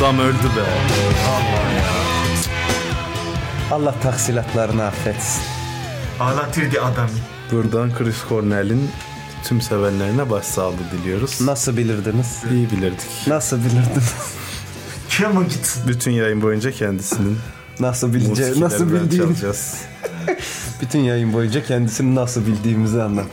Adam öldü be. Allah taksilatlarını affetsin. Ağlatırdı adamı. Buradan Chris Cornell'in tüm sevenlerine başsağlığı diliyoruz. Nasıl bilirdiniz? İyi bilirdik. Nasıl bilirdiniz? Kim gitsin? Bütün yayın boyunca kendisinin Nasıl bileceğiz? Nasıl bildiğimiz? çalacağız. Bütün yayın boyunca kendisini nasıl bildiğimizi anlat.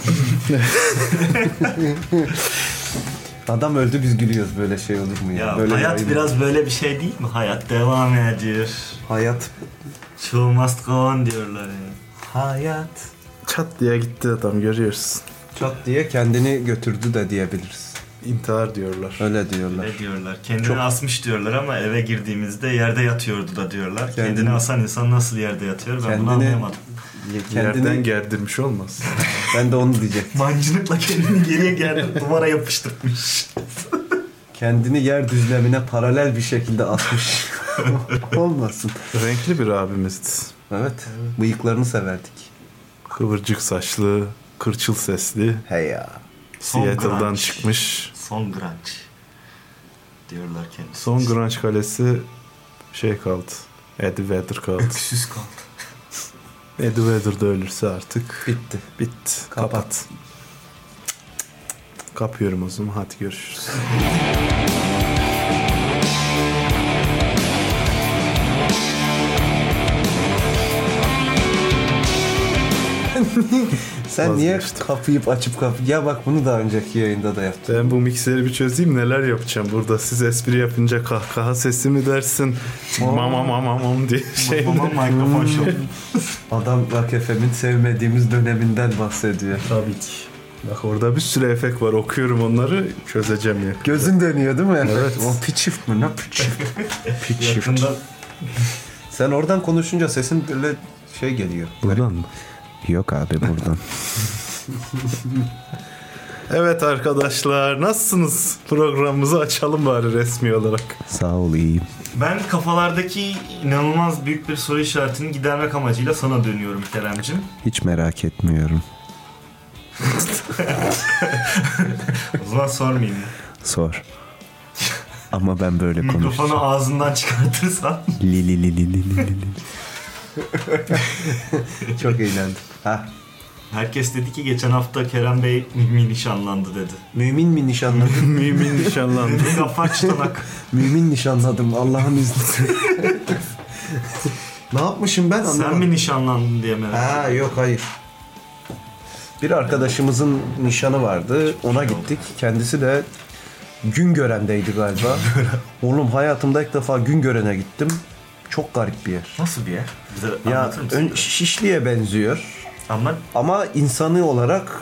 Adam öldü, biz gülüyoruz, böyle şey olur mu ya? Ya böyle hayat yayın... biraz böyle bir şey değil mi? Hayat devam ediyor. Hayat. Show must go on diyorlar ya. Hayat. Çat diye gitti adam, görüyoruz. Çat diye kendini götürdü de diyebiliriz. İntihar diyorlar. Öyle diyorlar. Ne diyorlar? Kendini asmış diyorlar ama eve girdiğimizde yerde yatıyordu da diyorlar. Kendini asan insan nasıl yerde yatıyor? Ben bunu anlayamadım. Yerden gerdirmiş olmaz. Ben de onu diyecektim. Mancınıkla kendini geriye gerdirip duvara yapıştırmış. Kendini yer düzlemine paralel bir şekilde atmış. Olmasın. Renkli bir abimizdi. Evet. Bıyıklarını severdik. Kıvırcık saçlı, kırçıl sesli. Hey ya. Seattle'dan çıkmış. Son grunge diyorlar kendisi. Son grunge kalesi şey kaldı. Eddie Vedder kaldı. Öksüz kaldı. Eddie Vedder da ölürse artık Bitti. bitti. Kapat. Kapıyorum o zaman. Hadi görüşürüz. Sen niye Vazgeçtim. kapayıp açıp ya bak, bunu daha önceki yayında da yaptım. Ben bu mikseri bir çözeyim, neler yapacağım burada. Siz espri yapınca kahkaha sesi mi dersin? Mamam diye şey. Babam mikrofon show. Adam Rock FM'in sevmediğimiz döneminden bahsediyor. Tabii ki. Bak orada bir sürü efekt var. Okuyorum onları, çözeceğim ya. Gözün dönüyor değil mi? Evet. O pitch shift mi? Ne pitch shift? Pitch shift. Yakında Sen oradan konuşunca sesin böyle şey geliyor. Buradan mı? Yok abi, buradan. Evet arkadaşlar, nasılsınız? Programımızı açalım bari resmi olarak. Sağ ol, iyiyim. ben kafalardaki inanılmaz büyük bir soru işaretini gidermek amacıyla sana dönüyorum Kerem'cim. Hiç merak etmiyorum. O zaman sormayayım mı? Sor. Ama ben böyle konuşacağım. Mikrofonu ağzından çıkartırsan. Li. Çok eğlendim. Ha. Herkes dedi ki geçen hafta Kerem Bey mi nişanlandı dedi. Mümin mi nişanladım? Mümin nişanlandı. Gaffar Çıtanak. Mümin nişanladım Allah'ın izniyle. Ne yapmışım ben anlamadım. Sen mi nişanlandın diye merak ettim. Ha yok, hayır. Bir arkadaşımızın nişanı vardı. Ona gittik. Kendisi de Güngören'deydi galiba. Oğlum, hayatımda ilk defa Güngören'e gittim. Çok garip bir yer. Nasıl bir yer? Bize Ya anlatır mısın? Şişli'ye benziyor. Ama insanı olarak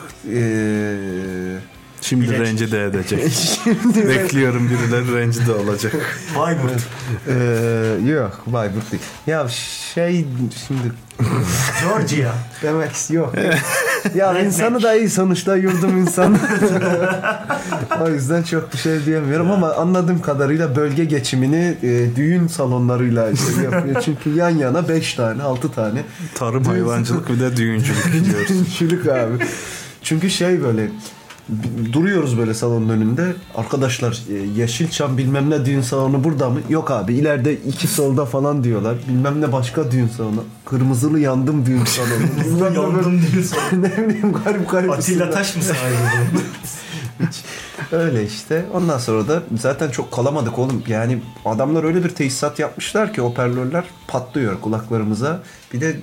Şimdi Bileç. rencide edecek. Bekliyorum, birileri rencide olacak. Bayburt. yok, Bayburt değil. Ya şimdi Georgia. demek yok. Ya insanı da iyi sonuçta, yurdum insanı. O yüzden çok bir şey diyemiyorum ama anladığım kadarıyla bölge geçimini düğün salonlarıyla işte yapıyor. Çünkü yan yana 5 tane 6 tane. Tarım, hayvancılık bir de düğüncülük diyoruz. Düğüncülük abi. Çünkü böyle duruyoruz böyle salonun önünde. Arkadaşlar Yeşilçam bilmem ne düğün salonu burada mı? Yok abi, ileride 2 solda falan diyorlar. Bilmem ne başka düğün salonu. Kırmızılı yandım düğün salonu. Yandım diye sonra. Ne bileyim, garip. Atilla Taş mı sahibi? Öyle işte. Ondan sonra da zaten çok kalamadık oğlum. Yani adamlar öyle bir tesisat yapmışlar ki hoparlörler patlıyor kulaklarımıza. Bir de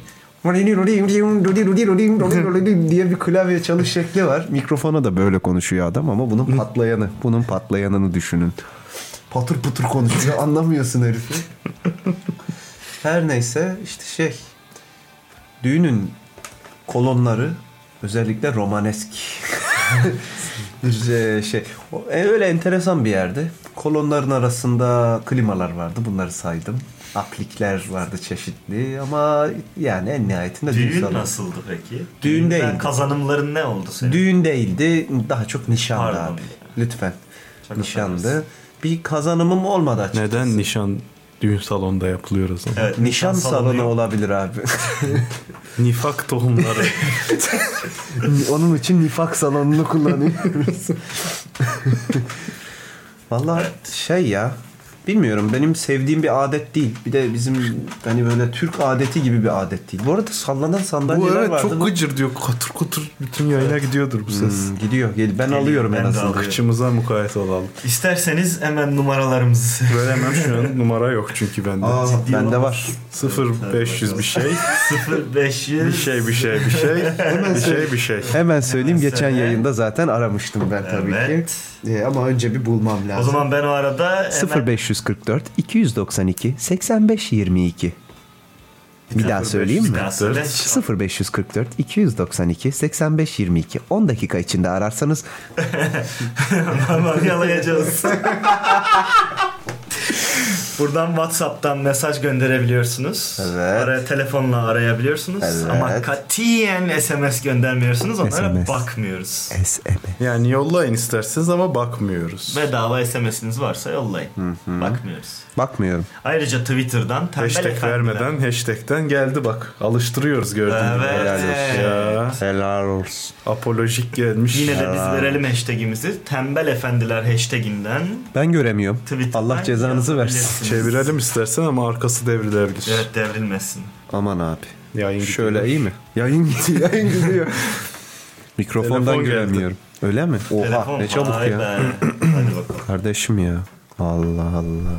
diye bir klavye çalış şekli var. Mikrofona da böyle konuşuyor adam ama bunun patlayanını düşünün. Patır pıtır konuşuyor. Anlamıyorsun herifi. Her neyse işte düğünün kolonları özellikle romanesk bir öyle enteresan bir yerdi. Kolonların arasında klimalar vardı. Bunları saydım. Aplikler vardı çeşitli ama yani en nihayetinde Düğün salonu. nasıldı peki? Düğün değildi. Kazanımların ne oldu senin? Düğün değildi. Daha çok nişandı Pardon. abi. Lütfen. Çok Nişandı. affedersin. Bir kazanımım olmadı açıkçası. Neden nişan düğün salonunda yapılıyor o zaman? Evet, Nişan salonu yok. olabilir abi. Nifak tohumları. Onun için nifak salonunu kullanıyoruz. Vallahi Bilmiyorum, benim sevdiğim bir adet değil. Bir de bizim hani böyle Türk adeti gibi bir adet değil. Bu arada sallanan sandalyeler Bu evet vardı. çok gıcır diyor. Katır kutur bütün yayına gidiyordur bu ses. Gidiyor. Ben alıyorum ben en de azından. alıyorum. Kıçımıza mukayyet olalım. İsterseniz hemen numaralarımızı Veremem şu an numara yok çünkü bende. Bende var. 0500 bir şey. 0500 Bir şey. bir şey. Hemen söyleyeyim, geçen söyle. yayında zaten aramıştım ben tabii Evet. ki. Ama önce bir bulmam O lazım. zaman ben o arada hemen 0544 292 85 22. Bir daha söyleyeyim mi? bir daha söyle. 0544 292 85 22. 10 dakika içinde ararsanız Hemen yalayacağız. Buradan WhatsApp'tan mesaj gönderebiliyorsunuz. Evet. Araya telefonla arayabiliyorsunuz. Evet. Ama katiyen SMS göndermiyorsunuz. Onlara SMS. bakmıyoruz. SM. Yani yollayın isterseniz ama bakmıyoruz. Bedava SMS'iniz varsa yollayın. Bakmıyoruz. Bakmıyorum. Ayrıca Twitter'dan tembel Hashtag efendiler. vermeden hashtag'ten geldi bak. Alıştırıyoruz gördüğün gibi. Evet. Helal olsun. Ya. Helal olsun. Apolojik gelmiş. Yine de biz verelim hashtagimizi. Tembel efendiler hashtaginden Ben göremiyorum. Twitter'dan Allah cezanızı versin. yazabilirsiniz. Çevirelim istersen ama arkası devrilebilir. Evet, devrilmesin. Aman abi. Yayın Şöyle gidiyor. iyi mi? Yayın gidiyor. Yayın gidiyor. Mikrofondan Telefon göremiyorum. Öyle mi? Oha, Telefon, ne çabuk vay ya. be. Hadi bakalım. Kardeşim ya. Allah Allah.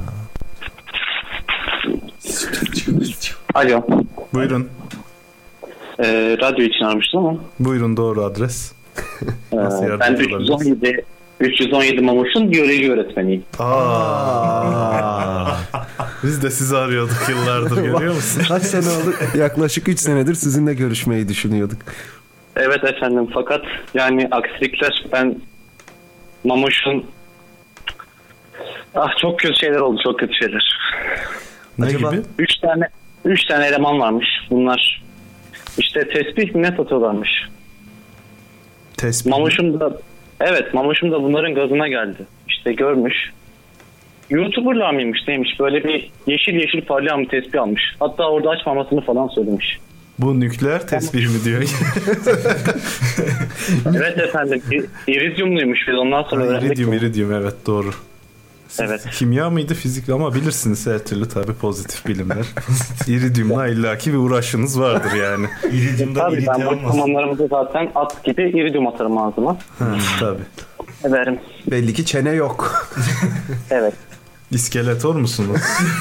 Alo. Buyurun. Radyo için aramıştım ama. Buyurun doğru adres. Nasıl Ben yardımcı olabiliriz? 317 Mamuş'un biyoloji öğretmeniyim. Biz de sizi arıyorduk yıllardır görüyor musun? Kaç sene oldu? Yaklaşık 3 senedir sizinle görüşmeyi düşünüyorduk. Evet efendim, fakat yani aksilikler, ben Mamuş'un çok kötü şeyler oldu, çok kötü şeyler. Ne Acaba- gibi? 3 tane eleman varmış. Bunlar işte tesbih mi ne satıyorlarmış. Tespih. Mamuş'um da bunların gazına geldi. İşte görmüş. YouTuber'lar mıymış neymiş, böyle bir yeşil parlayan bir tesbih almış. Hatta orada açmamasını falan söylemiş. Bu nükleer tespih mi diyor? Evet efendim, iridyumluymuş, biz ondan sonra öğrendik. iridium evet doğru. Evet. Kimya mıydı fizik ama bilirsiniz her türlü tabii pozitif bilimler. İridiumla illaki bir uğraşınız vardır yani. İridium'dan Tabii ben iridium bu olmasın. tamamlarımızı zaten at gibi iridium atarım ağzıma. Ha, tabii. Ederim. Belli ki çene yok. Evet. İskeletor musunuz?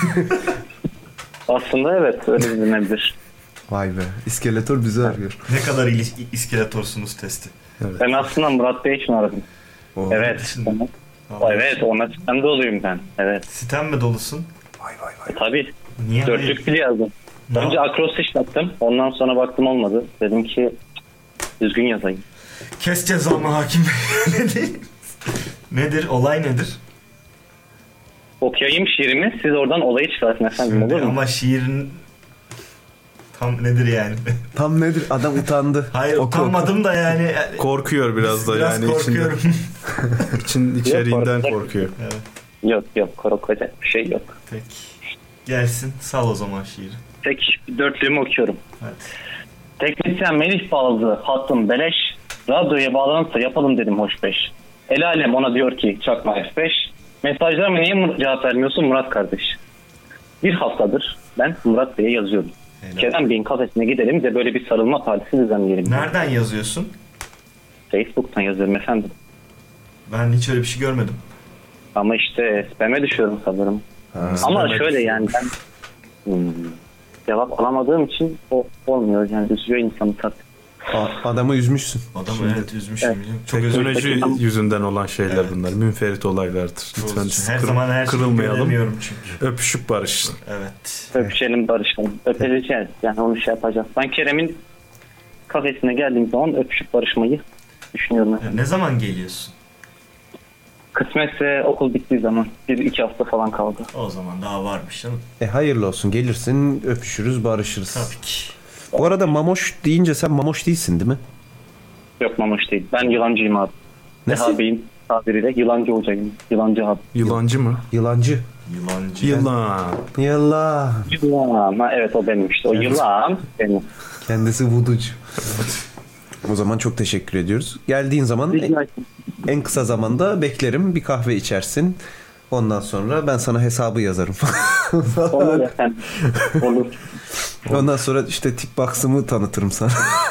Aslında evet, öyle bilinebilir. Vay be. İskeletor bizi arıyor. Ne kadar iskeletorsunuz testi. Ben aslında Murat Bey için aradım. Oo. Evet. Evet, ona sistemde doluyum ben. Evet. Sitem mi dolusun? Tabii. Niye? Dörtlük pil yazdım. Ne Önce akrostiş yaptım. Ondan sonra baktım olmadı. Dedim ki düzgün yazayım. Kes cezamı hakim bey. Nedir? Olay nedir? Okuyayım şiirimi. Siz oradan olayı çıkartın efendim, olur mu? Ama şiirin tam nedir yani? Tam nedir? Adam utandı. Hayır, Oku. utanmadım da yani. Korkuyor biraz da Biraz yani korkuyorum. içeriğinden Yok, korkuyor. Yok, korkacak bir şey yok. Peki. Gelsin. Sal o zaman şiiri. Peki, dörtlüğümü okuyorum. Hadi. Teknisyen Melih bağladı hattım beleş. Radyoya bağlanırsa yapalım dedim hoş beş. El alem ona diyor ki çakma F5. Mesajlarıma niye cevap vermiyorsun Murat kardeş? Bir haftadır ben Murat Bey'e yazıyorum. Helal. Kerem Bey'in kafesine gidelim de böyle bir sarılma partisi düzenleyelim. Nereden yazıyorsun? Facebook'tan yazıyorum efendim. Ben hiç öyle bir şey görmedim. Ama işte spam'e düşüyorum sanırım. Ama spam'e şöyle yani ben cevap alamadığım için o olmuyor. Yani üzüyor insanı tabii. Adamı üzmüşsün. Adamı evet üzmüşüm. Evet. Çok özür dilerim. Teknoloji yüzünden olan şeyler Evet. bunlar. Münferit olaylardır. Lütfen siz Her zaman her şeyi kırılmayalım. göremiyorum çünkü. Öpüşüp barışın. Evet. Öpüşelim, barışalım. Öpeceğiz. Yani onu şey yapacağız. Ben Kerem'in kafesine geldiğim zaman öpüşüp barışmayı düşünüyorum. Ya ne zaman geliyorsun? Kısmetse okul bittiği zaman 1-2 hafta falan kaldı. O zaman daha varmış canım. Hayırlı olsun. Gelirsin, öpüşürüz, barışırız. Tabii ki. Bu arada Mamoş deyince sen Mamoş değilsin değil mi? Yok Mamuş değil. Ben yılancıyım abi. Nasıl? Deha Bey'in tabiriyle yılancı hocayım. Yılancı abi. Yılancı mı? Yılancı. Yılancı. Yılan. Yılan. Yılan. Ha, evet o benim işte. O yılan benim. Kendisi vuducu. O zaman çok teşekkür ediyoruz. Geldiğin zaman Rica ederim. en kısa zamanda beklerim. Bir kahve içersin. Ondan sonra ben sana hesabı yazarım. Olur efendim. Olur. Ondan sonra işte Tickbox'ımı tanıtırım sana.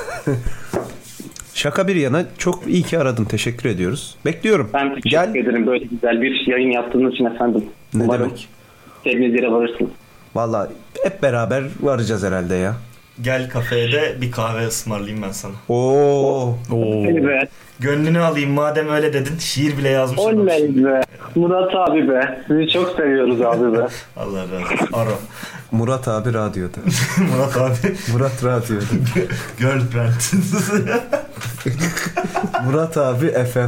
Şaka bir yana çok iyi ki aradın. Teşekkür ediyoruz. Bekliyorum. Ben teşekkür Gel. ederim böyle güzel bir yayın yaptığınız için efendim. Ne Umarım demek? sevdiğiniz yere varırsınız. Vallahi hep beraber varacağız herhalde ya. Gel kafeye de bir kahve ısmarlayayım ben sana. Oo. Oley be. Gönlünü alayım madem öyle dedin. Şiir bile yazmışsın. Oley be. Murat abi be. Sizi çok seviyoruz abi be. Allah razı olsun. Aro. Murat abi radyoda. Murat abi. Murat radyoda. Girlfriend. Murat abi FM.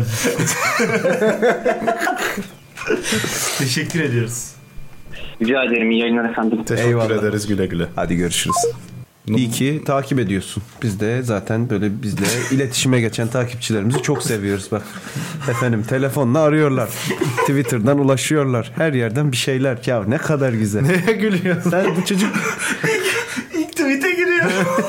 Teşekkür ediyoruz. Rica ederim. İyi yayınlar efendim. Teşekkür Eyvallah. ederiz, güle güle. Hadi görüşürüz. İyi ki takip ediyorsun. Biz de zaten böyle bizle iletişime geçen takipçilerimizi çok seviyoruz bak. Efendim telefonla arıyorlar. Twitter'dan ulaşıyorlar. Her yerden bir şeyler. Ya ne kadar güzel. Neye gülüyorsun? Sen bu çocuk İlk tweet'e giriyor.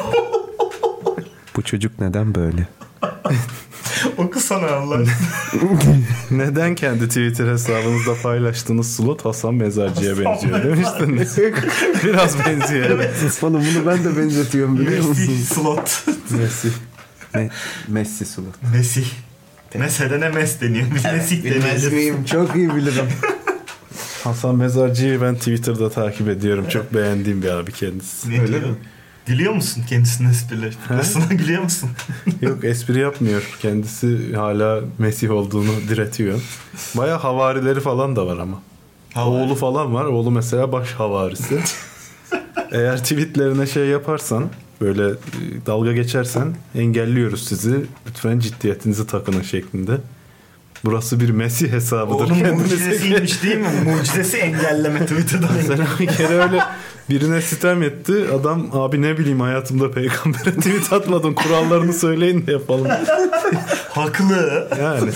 bu çocuk neden böyle? Okusana Allah. Neden kendi Twitter hesabınızda paylaştığınız slot Hasan Mezarcı'ya benziyor demiştiniz. Biraz benziyor. Evet. Oğlum bunu ben de benzetiyorum biliyor musun? Messi slot. Messi. Messi slot. Messi. Mesele ne mes deniyor. Bir Messi deniyor. miyim? Çok iyi bilirim. Hasan Mezarcı'yı ben Twitter'da takip ediyorum. Çok beğendiğim bir abi kendisi. Ne diyor? Gülüyor musun kendisinin esprileri? Aslında gülüyor musun? Yok, espri yapmıyor. Kendisi hala Mesih olduğunu diretiyor. Baya havarileri falan da var ama. Oğlu falan var. Oğlu mesela baş havarisi. Eğer tweetlerine şey yaparsan, böyle dalga geçersen engelliyoruz sizi. Lütfen ciddiyetinizi takının şeklinde. Burası bir Mesih hesabıdır. Onun Kendinize- mucizesiymiş değil mi? Mucizesi engelleme Twitter'dan. Mesela bir kere öyle birine sitem etti. Adam abi ne bileyim hayatımda peygambere tweet atmadın. Kurallarını söyleyin de yapalım. Haklı. Yani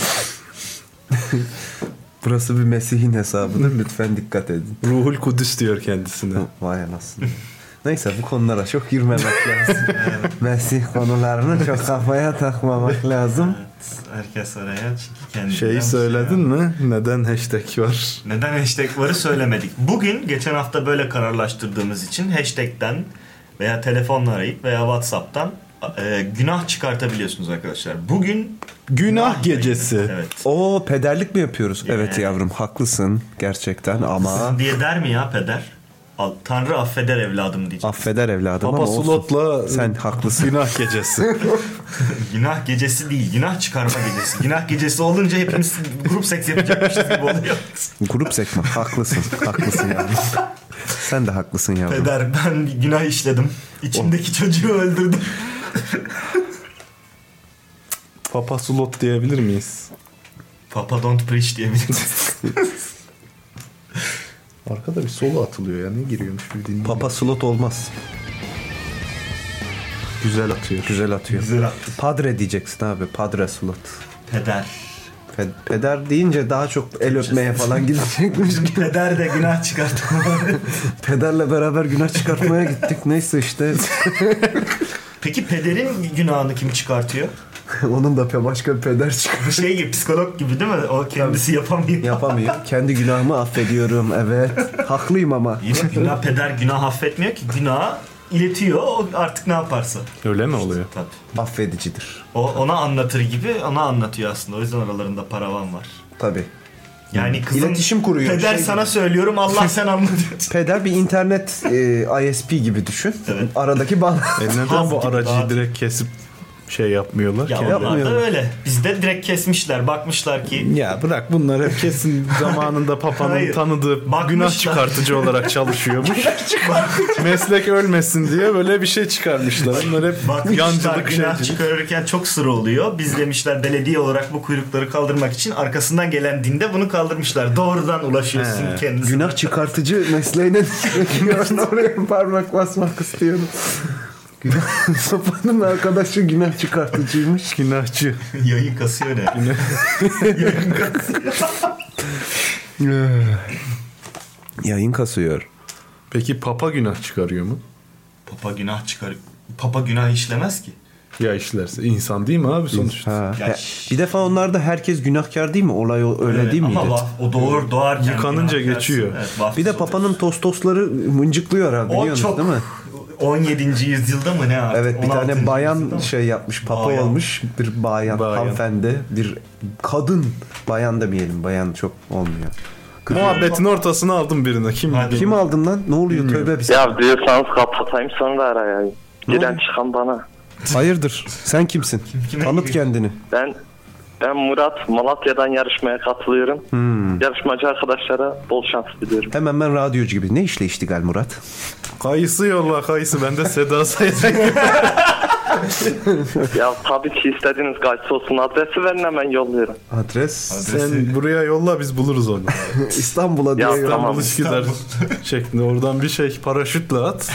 Burası bir Mesih'in hesabıdır. Lütfen dikkat edin. Ruhul Kudüs diyor kendisine. Vay anasını. Neyse bu konulara çok girmemek lazım. Mesih konularını çok kafaya takmamak lazım. Herkes araya çünkü kendinden Şeyi bir söyledin mi? Neden hashtag var? Neden hashtag varı söylemedik. Bugün geçen hafta böyle kararlaştırdığımız için hashtag'ten veya telefonla arayıp veya WhatsApp'tan günah çıkartabiliyorsunuz arkadaşlar. Bugün Günah gecesi. Evet. Oo pederlik mi yapıyoruz? Evet yavrum haklısın gerçekten ama Diye der mi ya peder? Tanrı affeder evladım diyecek. affeder evladım Papa ama olsun. Slot'la Sen haklısın. günah gecesi. Günah gecesi değil, günah çıkarma gecesi. Günah gecesi olunca hepimiz grup seks yapacakmışız gibi oluyor. Grup sekme. Haklısın. Haklısın yavrum. Sen de haklısın yavrum. Peder ben bir günah işledim. İçimdeki çocuğu öldürdüm. Papa Slot diyebilir miyiz? Papa don't preach diyebiliriz. Arkada bir solo atılıyor ya. Ne giriyormuş bir dinleyin. Papa slot olmaz. Güzel atıyor. Güzel atıyor. Güzel attı. Padre diyeceksin abi. Padre slot. Peder. Peder deyince daha çok el öpmeye falan gidecekmiş gibi. Peder de günah çıkarttı. Pederle beraber günah çıkartmaya gittik. Neyse işte. Peki pederin günahını kim çıkartıyor? Onun da başka bir peder çıkıyor. Şey gibi, psikolog gibi değil mi? O kendisi yapamıyor. Yapamıyor. Kendi günahımı affediyorum. Evet. Haklıyım ama. Yine peder günah affetmiyor ki. Günah iletiyor. O artık ne yaparsa. Öyle mi oluyor? Tabii. Affedicidir. O ona anlatır gibi ona anlatıyor aslında. O yüzden aralarında paravan var. Tabii. Yani kızım İletişim kuruyor. Peder Şey sana gibi. söylüyorum Allah sen anlatıyorsun. Peder bir internet ISP gibi düşün. Evet. Aradaki bağ. Neden Haz bu gibi aracıyı daha- direkt kesip şey yapmıyorlar? Ya kendileri? onlar da öyle. Bizde direkt kesmişler. Bakmışlar ki Ya bırak, bunlar hep kesin zamanında Papa'nın Hayır. tanıdığı Bakmışlar. günah çıkartıcı olarak çalışıyormuş. Meslek ölmesin diye böyle bir şey çıkarmışlar. Bunlar hep bakmışlar yancılık günah şey. çıkarırken çok sıra oluyor. Biz demişler belediye olarak bu kuyrukları kaldırmak için arkasından gelen dinde bunu kaldırmışlar. Doğrudan ulaşıyorsun He. kendisine. Günah çıkartıcı mesleğine oraya parmak basmak istiyorum. Günah, Sopa'nın arkadaşı günah çıkartıcıymış. Günahçı. Yayın kasıyor ne? Yayın kasıyor. Yayın kasıyor. Peki Papa günah çıkarıyor mu? Papa günah çıkar. Papa günah işlemez ki. Ya işlerse. İnsan değil mi abi sonuçta? Ha. Ya, Bir defa onlarda herkes günahkar değil mi? Olay öyle evet, değil miydi? ama o doğarken Yıkanınca günah geçiyor. dersin. Evet, vaftiz Bir de oluyor. papanın tostosları mıncıklıyor abi, O biliyorsunuz çok değil mi? 17. yüzyılda mı ne artık? Evet, bir 16. tane yüzyılda bayan mı? şey yapmış, papa Bayan. olmuş, bir bayan, hanımefendi, bir kadın, bayan demeyelim, bayan çok olmuyor. Muhabbetin ortasına aldım birine. Kim aldın lan? Ne oluyor? Tövbe bir Ya diyorsanız kapatayım sonra arayayım. Giren çıkan bana. Hayırdır? Sen kimsin? Kime Tanıt gidiyor? kendini. Ben Murat, Malatya'dan yarışmaya katılıyorum. Yarışmacı arkadaşlara bol şans diliyorum. Hemen ben radyocu gibi. Ne işle iştigal Murat? Kayısı yolla kayısı. Ben de Seda Sayan. Ya tabii ki istediğiniz gayet olsun. Adresi verin, hemen yolluyorum. Adres Sen buraya yolla biz buluruz onu. İstanbul'a diye. Ya, yolla. tamam. İstanbul Üsküdar şeklinde. Oradan bir şey paraşütle at.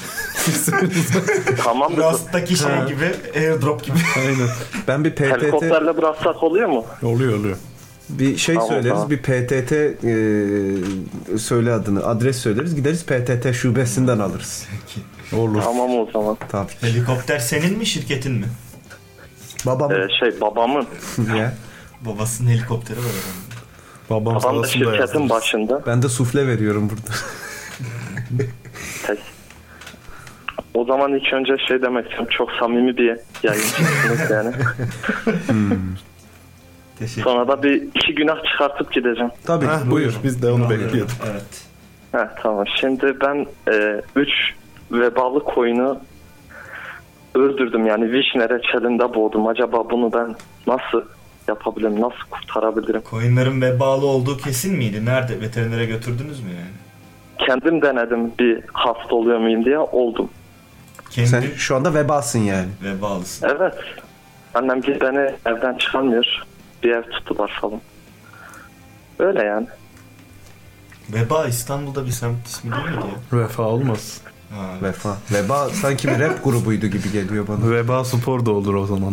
Tamam mı? Rust'taki şey gibi, airdrop gibi. Aynen. Ben bir PTT Helikopterle bıraksak oluyor mu? Oluyor. bir şey Tamam, söyleriz. tamam. Bir PTT söyle adını. Adres söyleriz. Gideriz PTT şubesinden alırız. Olur. Tamam o zaman. Tabii. Helikopter senin mi şirketin mi? Babam Babamın. ya. Babasının helikopteri var adamın. Babam Babam da sırasında şirketin yazdı. başında. Ben de sufle veriyorum burada. Tek. O zaman ilk önce şey demek istiyorum. Çok samimi bir yayıncısınız yani. Teşekkür Sonra da bir iki günah çıkartıp gideceğim. Tabii. Heh, buyur. Biz de onu bekliyorduk. Evet. Tamam. Şimdi ben 3 vebalı koyunu öldürdüm. Yani vişne reçelinde boğdum. Acaba bunu ben nasıl yapabilirim? Nasıl kurtarabilirim? Koyunların vebalı olduğu kesin miydi? Nerede? Veterinere götürdünüz mü yani? Kendim denedim bir hasta oluyor muyum diye, oldum. Kendi Sen şu anda vebasın yani. vebalısın. Evet. Annem ki beni evden çıkarmıyor. Bir ev tuttular falan. Öyle yani. Veba İstanbul'da bir semt ismi değil miydi ya? Vefa olmaz. Ha, Vefa. Veba sanki bir rap grubuydu gibi geliyor bana. Veba spor da olur o zaman.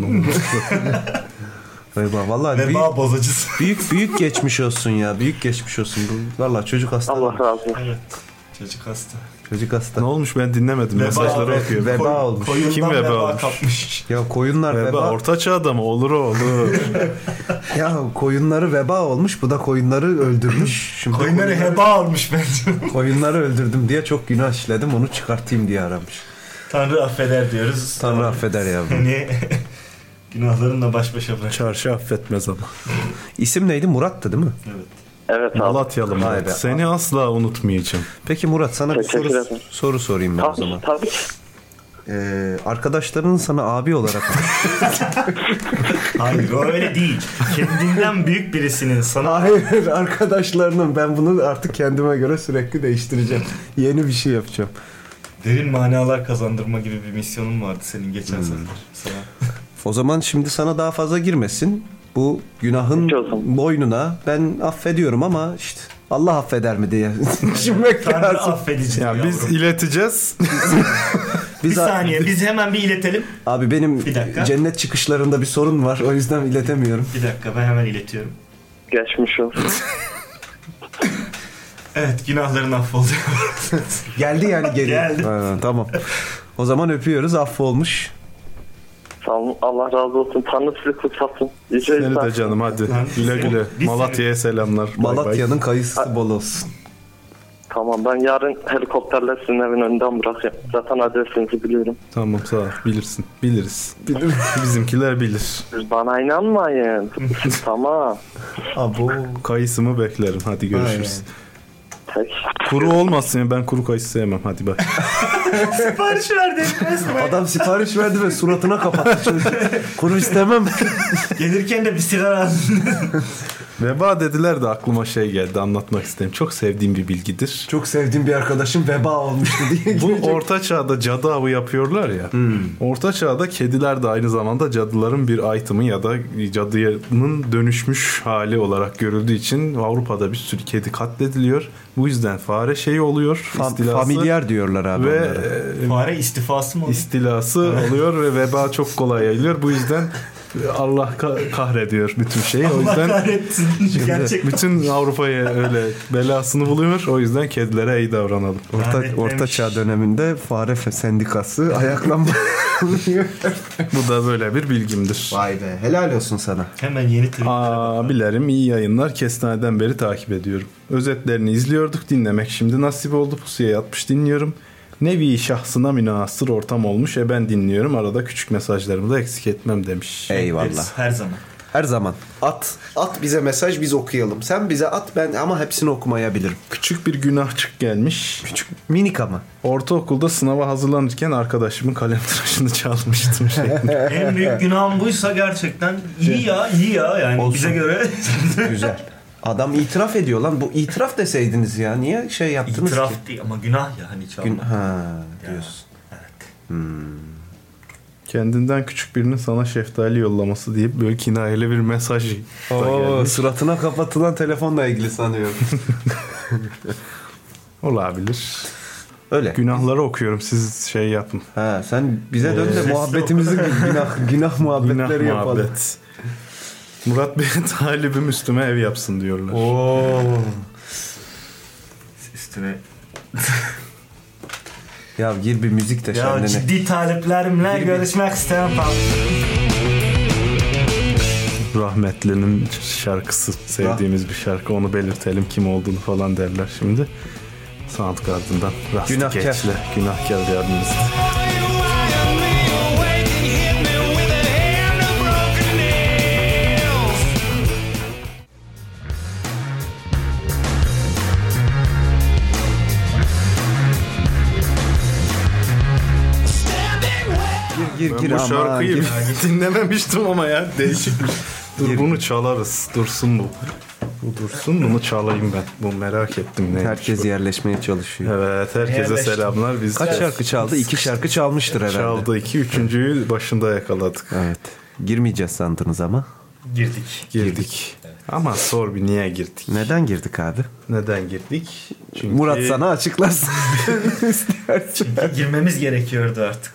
Veba. Vallahi Veba bozacısı. büyük geçmiş olsun ya. Büyük geçmiş olsun. Vallahi çocuk hasta. Allah razı olsun. Evet. Çocuk hasta. Çocuk hasta. Ne olmuş ben dinlemedim. Mesajları Veba, okuyor. Veba olmuş. Koyundan Kim veba veba olmuş? kapmış. Ya koyunlar Veba. veba. Orta çağda mı? Olur o olur. Ya koyunları veba olmuş. Bu da koyunları öldürmüş. Şimdi Koyunları heba olmuş bence. koyunları öldürdüm diye çok günah işledim. Onu çıkartayım diye aramış. Tanrı affeder diyoruz. Tanrı affeder ya. Seni günahlarınla baş başa bırak. Çarşı affetmez ama. İsim neydi? Murat'tı değil mi? Evet. Evet abi. Malatyalı Vay Murat. be. Seni asla unutmayacağım. Peki Murat, sana bir Teşekkür ederim. soru sorayım ben o zaman. Tabii. Arkadaşların sana abi olarak Hayır o öyle değil. Kendinden büyük birisinin sana... Hayır, arkadaşlarının, ben bunu artık kendime göre sürekli değiştireceğim. Yeni bir şey yapacağım. Derin manalar kazandırma gibi bir misyonun vardı senin geçen sefer sana. O zaman şimdi sana daha fazla girmesin. Bu günahın Peki o zaman. boynuna ben affediyorum ama işte Allah affeder mi diye düşünmek Tanrı lazım. affedici. Ya biz ileteceğiz. bir saniye biz hemen bir iletelim. Abi benim Bir dakika. cennet çıkışlarında bir sorun var. O yüzden iletemiyorum. Bir dakika ben hemen iletiyorum. Geçmiş olsun. Evet günahların affoldu. Geldi yani geri. Geldi. Ha, tamam. O zaman öpüyoruz. Affolmuş. Sağ olun. Allah razı olsun. Tanrı sizi kutsatsın. Yüce Seni İsa. de canım hadi. Güle güle. Biz Malatya'ya selamlar. Bay bay. Malatya'nın kayısı bol olsun. Tamam, ben yarın helikopterle sizin evin önünden bırakayım. Zaten adresinizi biliyorum. Tamam sağ ol. Bilirsin. Biliriz. Bizimkiler bilir. Siz bana inanmayın. Tamam. Abo. Kayısımı beklerim. Hadi görüşürüz. Peki. Kuru olmasın ya. Ben kuru kayısı sevmem. Hadi bak. Sipariş verdi. Adam sipariş verdi ve suratına kapattı çocuk. Kuru istemem. Gelirken de bir sigara aldın. Veba dediler de aklıma şey geldi. Anlatmak istedim. Çok sevdiğim bir bilgidir. Çok sevdiğim bir arkadaşım veba olmuştu diye. Bu orta çağda cadı avı yapıyorlar ya. Orta çağda kediler de aynı zamanda cadıların bir item'ı ya da cadının dönüşmüş hali olarak görüldüğü için Avrupa'da bir sürü kedi katlediliyor. Bu yüzden fare şeyi oluyor. istilası Familier diyorlar abi ve onlara. Fare istifası mı oluyor? istilası oluyor ve veba çok kolay yayılıyor. Bu yüzden Allah kahrediyor bütün şeyi. O Allah yüzden kahretsin. Gerçekten. bütün Avrupa'ya öyle belasını buluyor. O yüzden kedilere iyi davranalım. Orta çağ döneminde fare sendikası ayaklanma Bu da böyle bir bilgimdir. Vay be, helal olsun sana. Hemen yeni tweetlere bak. Abilerim iyi yayınlar. Kestaneden beri takip ediyorum. Özetlerini izliyorduk. Dinlemek şimdi nasip oldu. Pusuya yatmış dinliyorum. Nevi şahsına münhasır ortam olmuş. Ben dinliyorum. Arada küçük mesajlarımı da eksik etmem demiş. Eyvallah. Her zaman. Her zaman. At bize mesaj, biz okuyalım. Sen bize at, ben ama hepsini okumayabilirim. Küçük bir günahçık gelmiş. Küçük, minik ama. Ortaokulda sınava hazırlanırken arkadaşımın kalem tıraşını çalmıştım. En büyük günahım buysa gerçekten iyi ya yani Olsun. bize göre. Güzel. Adam itiraf ediyor lan. Bu itiraf deseydiniz ya. Niye şey yaptınız İtiraf ki? değil ama günah ya hani çalma. Diyorsun. Evet. Kendinden küçük birinin sana şeftali yollaması deyip böyle kinayeli bir mesaj da gelmiş. Suratına kapatılan telefonla ilgili sanıyorum. Olabilir. Öyle. Günahları okuyorum. Siz şey yapın. Ha, sen bize dön de muhabbetimizi günah muhabbetleri Günah yapalım. muhabbet. Murat Bey'e talibim üstüme ev yapsın diyorlar. Oo. Üstüne. Ya gir bir müzik de Ya kendine. ciddi taliplerimle görüşmek istemem. Rahmetlinin şarkısı, sevdiğimiz bir şarkı. Onu belirtelim kim olduğunu falan derler şimdi. Soundgarden'dan Rusty Günahkar. Cage'le Günahkar yardımcısı. Gir Bu ama. şarkıyı Gir. dinlememiştim ama ya değişikmiş. Dur bunu çalarız. Dursun bu. Bu dursun, bunu çalayım ben. Bu merak ettim neymiş Herkes bu. yerleşmeye çalışıyor. Evet, herkese Yerleştim. selamlar. Biz Kaç şarkı çaldı? 2 şarkı çalmıştır herhalde. çaldı. 2, üçüncüyü başında yakaladık. Evet. Girmeyeceğiz sandınız ama. Girdik. Ama sor bir niye girdik? Neden girdik abi? Neden girdik? Çünkü Murat sana açıklasın. Girmemiz gerekiyordu artık.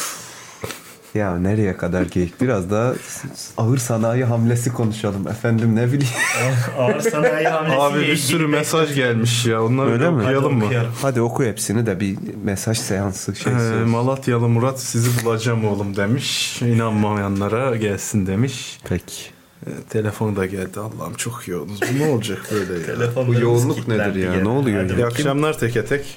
Ya nereye kadar geyik? Biraz daha ağır sanayi hamlesi konuşalım efendim, ne bileyim. Ağır sanayi hamlesi. Abi bir sürü mesaj gelmiş ya. Onları Öyle mi? okuyalım mı? Hadi oku hepsini de bir mesaj seansı şeysi. Malatyalı Murat sizi bulacağım oğlum demiş. İnanmayanlara gelsin demiş. Peki. Telefon da geldi. Allah'ım çok yoğunuz. Bu ne olacak böyle ya? Bu yoğunluk nedir ya? Ne oluyor ya? İyi akşamlar teke tek.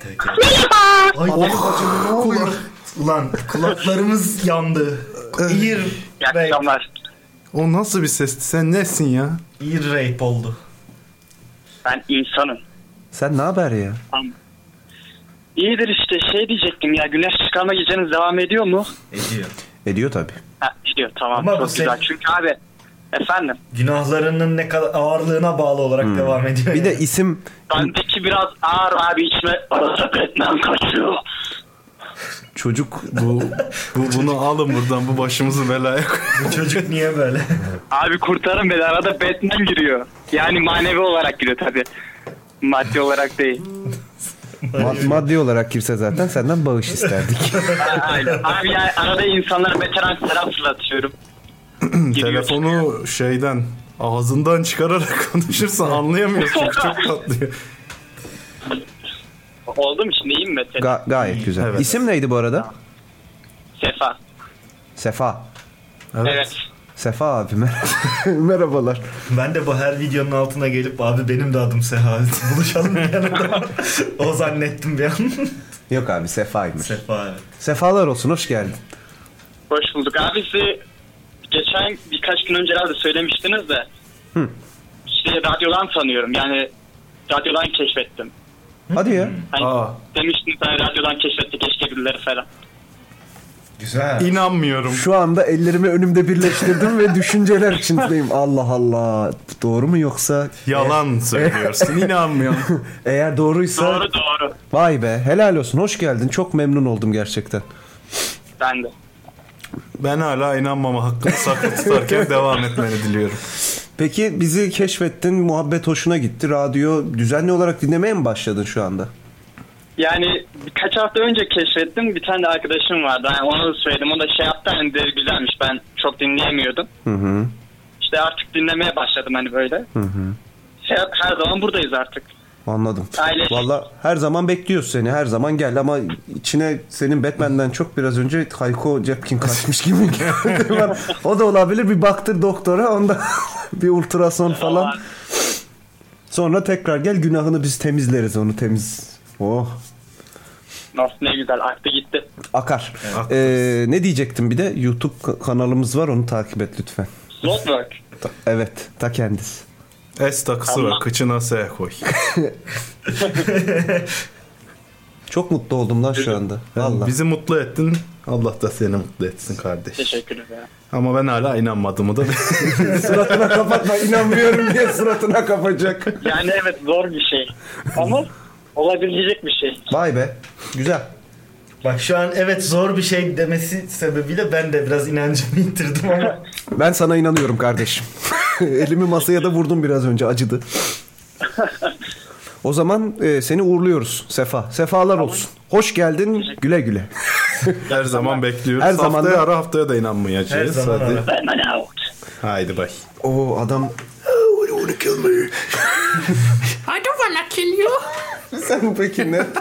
Ay ne oluyor? Ulan kulaklarımız yandı. İyi akşamlar. O nasıl bir sesti? Sen nesin ya? Ear rape oldu. Ben insanım. Sen ne haber ya? İyidir işte, şey diyecektim ya, güneş çıkarma geceniz devam ediyor mu? Ediyor. Ediyor tabii. Ha, ediyor, tamam, Ama çok bu güzel. sen- Çünkü abi efendim Günahlarının ne kadar ağırlığına bağlı olarak devam ediyor. Bir de isim bendeki biraz ağır abi, içme arada Batman kaçıyor. çocuk Bunu alın buradan. Bu başımızı belaya koy. Bu çocuk niye böyle? Abi kurtarın beni, arada Batman giriyor. Yani manevi olarak giriyor tabi. Maddi olarak değil. maddi olarak girse zaten senden bağış isterdik. Aynen. Abi yani arada insanlara veteran selam fırlatıyorum. Telefonu şeyden ağzından çıkararak konuşursan anlayamıyorsun. Çünkü çok patlıyor. Oldu mu şimdi, iyi mi mesela? Gayet güzel. Evet. İsim neydi bu arada? Sefa. Sefa. Evet. Sefa abi merhabalar. Ben de bu her videonun altına gelip abi benim de adım Seha. Buluşalım bir yanında. O zannettim bir an. Yok abi Sefa'ymış. Sefa evet. Sefalar olsun, hoş geldin. Hoş bulduk. Abi size geçen birkaç gün önce herhalde söylemiştiniz de. İşte radyodan tanıyorum. Yani radyodan keşfettim. Hadi ya. Hani demiştiniz hani radyodan keşfettik keşke birileri falan. Güzel. İnanmıyorum. Şu anda ellerimi önümde birleştirdim ve düşünceler içindeyim. Allah Allah. Doğru mu yoksa? Yalan söylüyorsun. İnanmıyorum. Eğer doğruysa. Doğru. Vay be, helal olsun, hoş geldin. Çok memnun oldum gerçekten. Ben de. Ben hala inanmama hakkımı saklı tutarken devam etmeni diliyorum. Peki bizi keşfettin, muhabbet hoşuna gitti. Radyo düzenli olarak dinlemeye mi başladın şu anda? Yani birkaç hafta önce keşfettim. Bir tane de arkadaşım vardı. Yani onu da söyledim. O da şey yaptı, hani dedi güzelmiş. Ben çok dinleyemiyordum. Hı. İşte artık dinlemeye başladım hani böyle. Her zaman buradayız artık. Anladım. Aile. Valla her zaman bekliyoruz seni. Her zaman gel ama içine senin Batman'den çok biraz önce Hayko Cepkin kaçmış gibi geldi. O da olabilir. Bir baktır doktora. Onda bir ultrason falan. Sonra tekrar gel, günahını biz temizleriz, onu temiz. Oh. Nasıl ne güzel aktı gitti. Akar. Ne diyecektim bir de? YouTube kanalımız var, onu takip et lütfen. Slotwork. Evet, ta kendisi. S takısı var, kıçına S koy. Çok mutlu oldum lan şu anda. Vallahi. Bizi mutlu ettin. Allah da seni mutlu etsin kardeş. Teşekkür ederim. Ama ben hala inanmadığımı da Suratına kapatma, inanmıyorum diye suratına kapacak. Yani evet, zor bir şey. Ama olabilecek bir şey. Vay be. Güzel. Bak şu an evet zor bir şey demesi sebebiyle ben de biraz inancımı yitirdim ama. Ben sana inanıyorum kardeşim. Elimi masaya da vurdum biraz önce, acıdı. O zaman seni uğurluyoruz Sefa. Sefalar olsun. Hoş geldin, güle güle. her zaman bekliyoruz. Her zaman haftaya da- ara, haftaya da inanmayacağız. Her zaman Hadi. ara. Batman out. Haydi bay. O adam... Oh, you wanna kill me? I don't wanna kill you. Sen peki ne?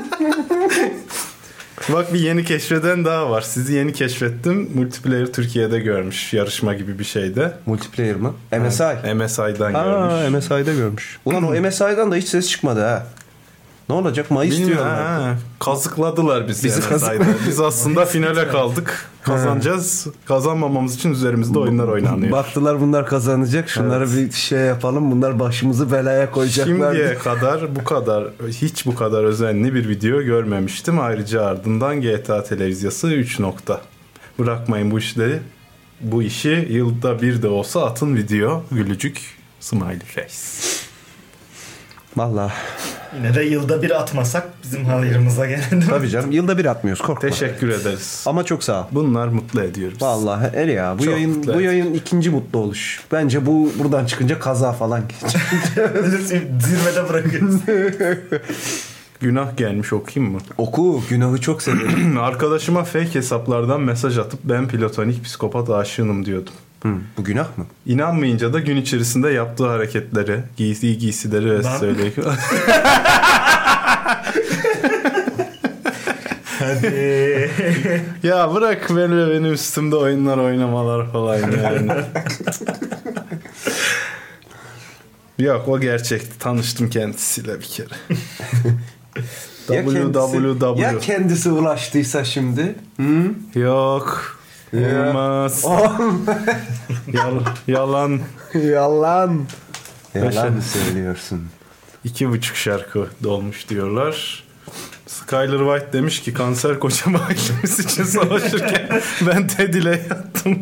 Bak bir yeni keşfeden daha var. Sizi yeni keşfettim. Multiplayer Türkiye'de görmüş. Yarışma gibi bir şeyde. Multiplayer mı? MSI. MSI'dan görmüş. Aa, MSI'de görmüş. Ulan o MSI'dan da hiç ses çıkmadı ha. Ne olacak? Mayıs Bilmiyorum, diyorlar. ha. Kazıkladılar bizi. Bizi MSI'da. kazıkladılar. Biz aslında finale kaldık. Kazanacağız. Kazanmamamız için üzerimizde oyunlar oynanıyor. Baktılar bunlar kazanacak. Şunlara bir şey yapalım. Bunlar başımızı belaya koyacaklar. Şimdiye kadar hiç bu kadar özenli bir video görmemiştim. Ayrıca ardından GTA televizyası 3 nokta. Bırakmayın bu işleri. Bu işi yılda bir de olsa atın video. Gülücük smiley face. Vallahi. Yine de yılda bir atmasak bizim hayrımıza gelen. Tabii canım. Yılda bir atmıyoruz. Korkma. Teşekkür ederiz. Ama çok sağ ol. Bunlar mutlu ediyor bizi. Vallahi el ya. Bu Çok yayın mutlu bu et. yayın ikinci mutlu oluş. Bence buradan çıkınca kaza falan geçecek. Zirvede bırakıyoruz. Günah gelmiş, okuyayım mı? Oku. Günahı çok severim. Arkadaşıma fake hesaplardan mesaj atıp ben platonik psikopat aşığınım diyordum. Bu günah mı? İnanmayınca da gün içerisinde yaptığı hareketleri, giydiği giysileri söyleyip... Hadi. Ya bırak benim üstümde oyunlar oynamalar falan yani. Yok, o gerçekti. Tanıştım kendisiyle bir kere. www. Ya kendisi ulaştıysa şimdi? Hı? Yok. Olmaz. Yalan. Yalan. Yalan söylüyorsun. 2,5 şarkı dolmuş diyorlar. Skyler White demiş ki kanser kocam ailemiz için savaşırken ben TED ile yattım.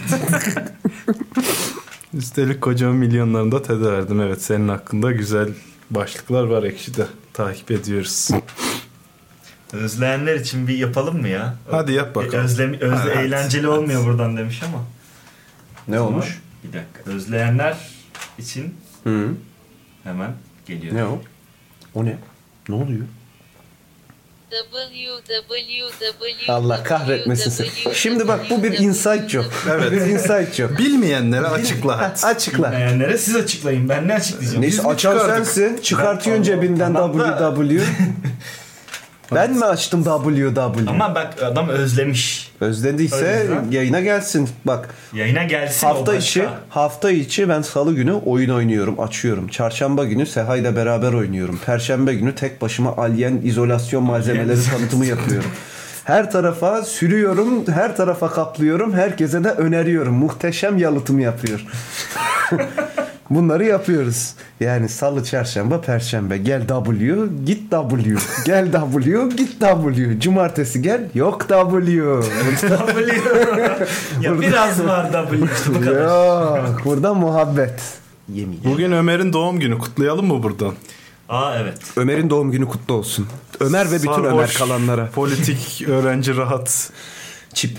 Üstelik kocamın milyonlarını da TED'e verdim. Evet, senin hakkında güzel başlıklar var Ekşi'de. Takip ediyoruz. Özleyenler için bir yapalım mı ya? Hadi yap bakalım. Hadi. Eğlenceli olmuyor buradan demiş ama. Ne olmuş? Bir dakika. Özleyenler için Hı. hemen geliyor. Ne o? O ne? Ne oluyor? Allah kahretmesin seni. Şimdi bak, bu bir inside joke. Evet. Bir inside joke. Bilmeyenlere açıkla hadi. Açıkla. Bilmeyenlere siz açıklayın. Ben ne açıklayacağım? Neyse, Biz mi açan çıkardık? sensin. Çıkartıyorsun Ben- cebinden Tamam da- www. Ben mi açtım www? Ama bak adam özlemiş. O Özlediyse yüzden- yayına gelsin. Bak, Yayına gelsin o başka. hafta içi ben salı günü oyun oynuyorum, açıyorum. Çarşamba günü Seha'yla beraber oynuyorum. Perşembe günü tek başıma Alien izolasyon malzemeleri tanıtımı yapıyorum. Her tarafa sürüyorum, her tarafa kaplıyorum, herkese de öneriyorum. Muhteşem yalıtım yapıyor. Bunları yapıyoruz. Yani salı, çarşamba, perşembe. Gel W, git W. Gel W, git W. Cumartesi gel, yok W. Ya biraz var W işte bu kadar. Yok, burada muhabbet. Yemin. Bugün Ömer'in doğum günü, kutlayalım mı buradan? Aa evet. Ömer'in doğum günü kutlu olsun. Ömer ve bütün Sarhoş, Ömer kalanlara. Politik, öğrenci rahat. Çip.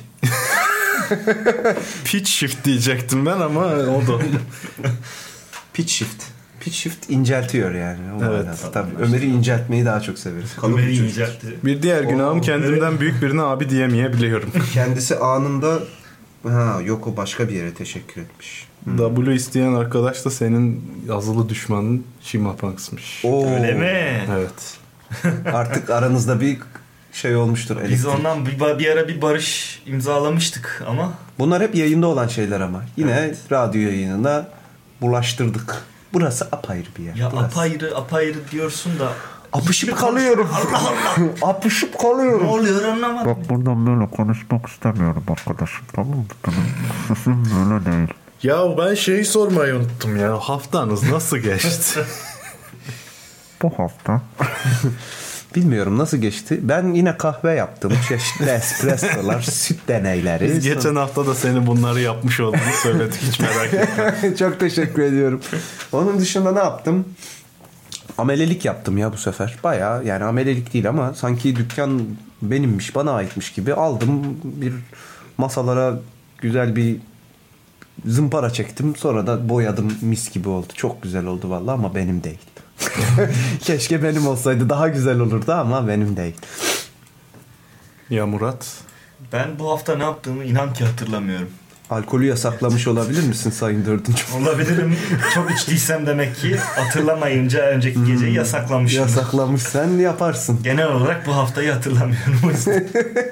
Pitch shift diyecektim ben ama o da. Pitch shift. Pitch shift inceltiyor yani. O Evet. manada. Tabii Ömer'i inceltmeyi daha çok severiz. Kalıp Ömer'i bir çocuk. inceltti. Bir diğer günahım kendimden büyük birine abi diyemeyebiliyorum. Kendisi anında Ha yok, o başka bir yere teşekkür etmiş. W isteyen arkadaş da senin yazılı düşmanın Shimapunks'mış. Oo. Öyle mi? Evet. Artık aranızda bir şey olmuştur. Biz elektrik. ondan bir ara bir barış imzalamıştık ama. Bunlar hep yayında olan şeyler ama. Yine radyo yayınına bulaştırdık. Burası apayrı bir yer. Ya Burası. apayrı diyorsun da. Apışıp kalıyorum. Allah Allah. Apışıp Ne kalıyorum. oluyor anlamadım. Bak buradan böyle konuşmak istemiyorum arkadaşım, tamam mı? Benim sesim böyle değil. Ya ben şeyi sormayı unuttum ya. Haftanız nasıl geçti? Bu hafta Bilmiyorum nasıl geçti. Ben yine kahve yaptım. Çeşitli espressolar, süt deneyleri. Biz geçen hafta da senin bunları yapmış olduğunu söyledik. Hiç merak etme. Çok teşekkür ediyorum. Onun dışında ne yaptım? Amelelik yaptım ya bu sefer. Bayağı, yani amelelik değil ama sanki dükkan benimmiş, bana aitmiş gibi aldım. Bir masalara güzel bir zımpara çektim. Sonra da boyadım, mis gibi oldu. Çok güzel oldu vallahi ama benim değil. Keşke benim olsaydı daha güzel olurdu ama benim değil. Ya Murat? Ben bu hafta ne yaptığımı inan ki hatırlamıyorum. Alkolü yasaklamış olabilir misin Sayın Dördüncü? Olabilirim. Çok içtiysem demek ki hatırlamayınca önceki geceyi yasaklamışım. Yasaklamış, sen yaparsın. Genel olarak bu haftayı hatırlamıyorum o yüzden.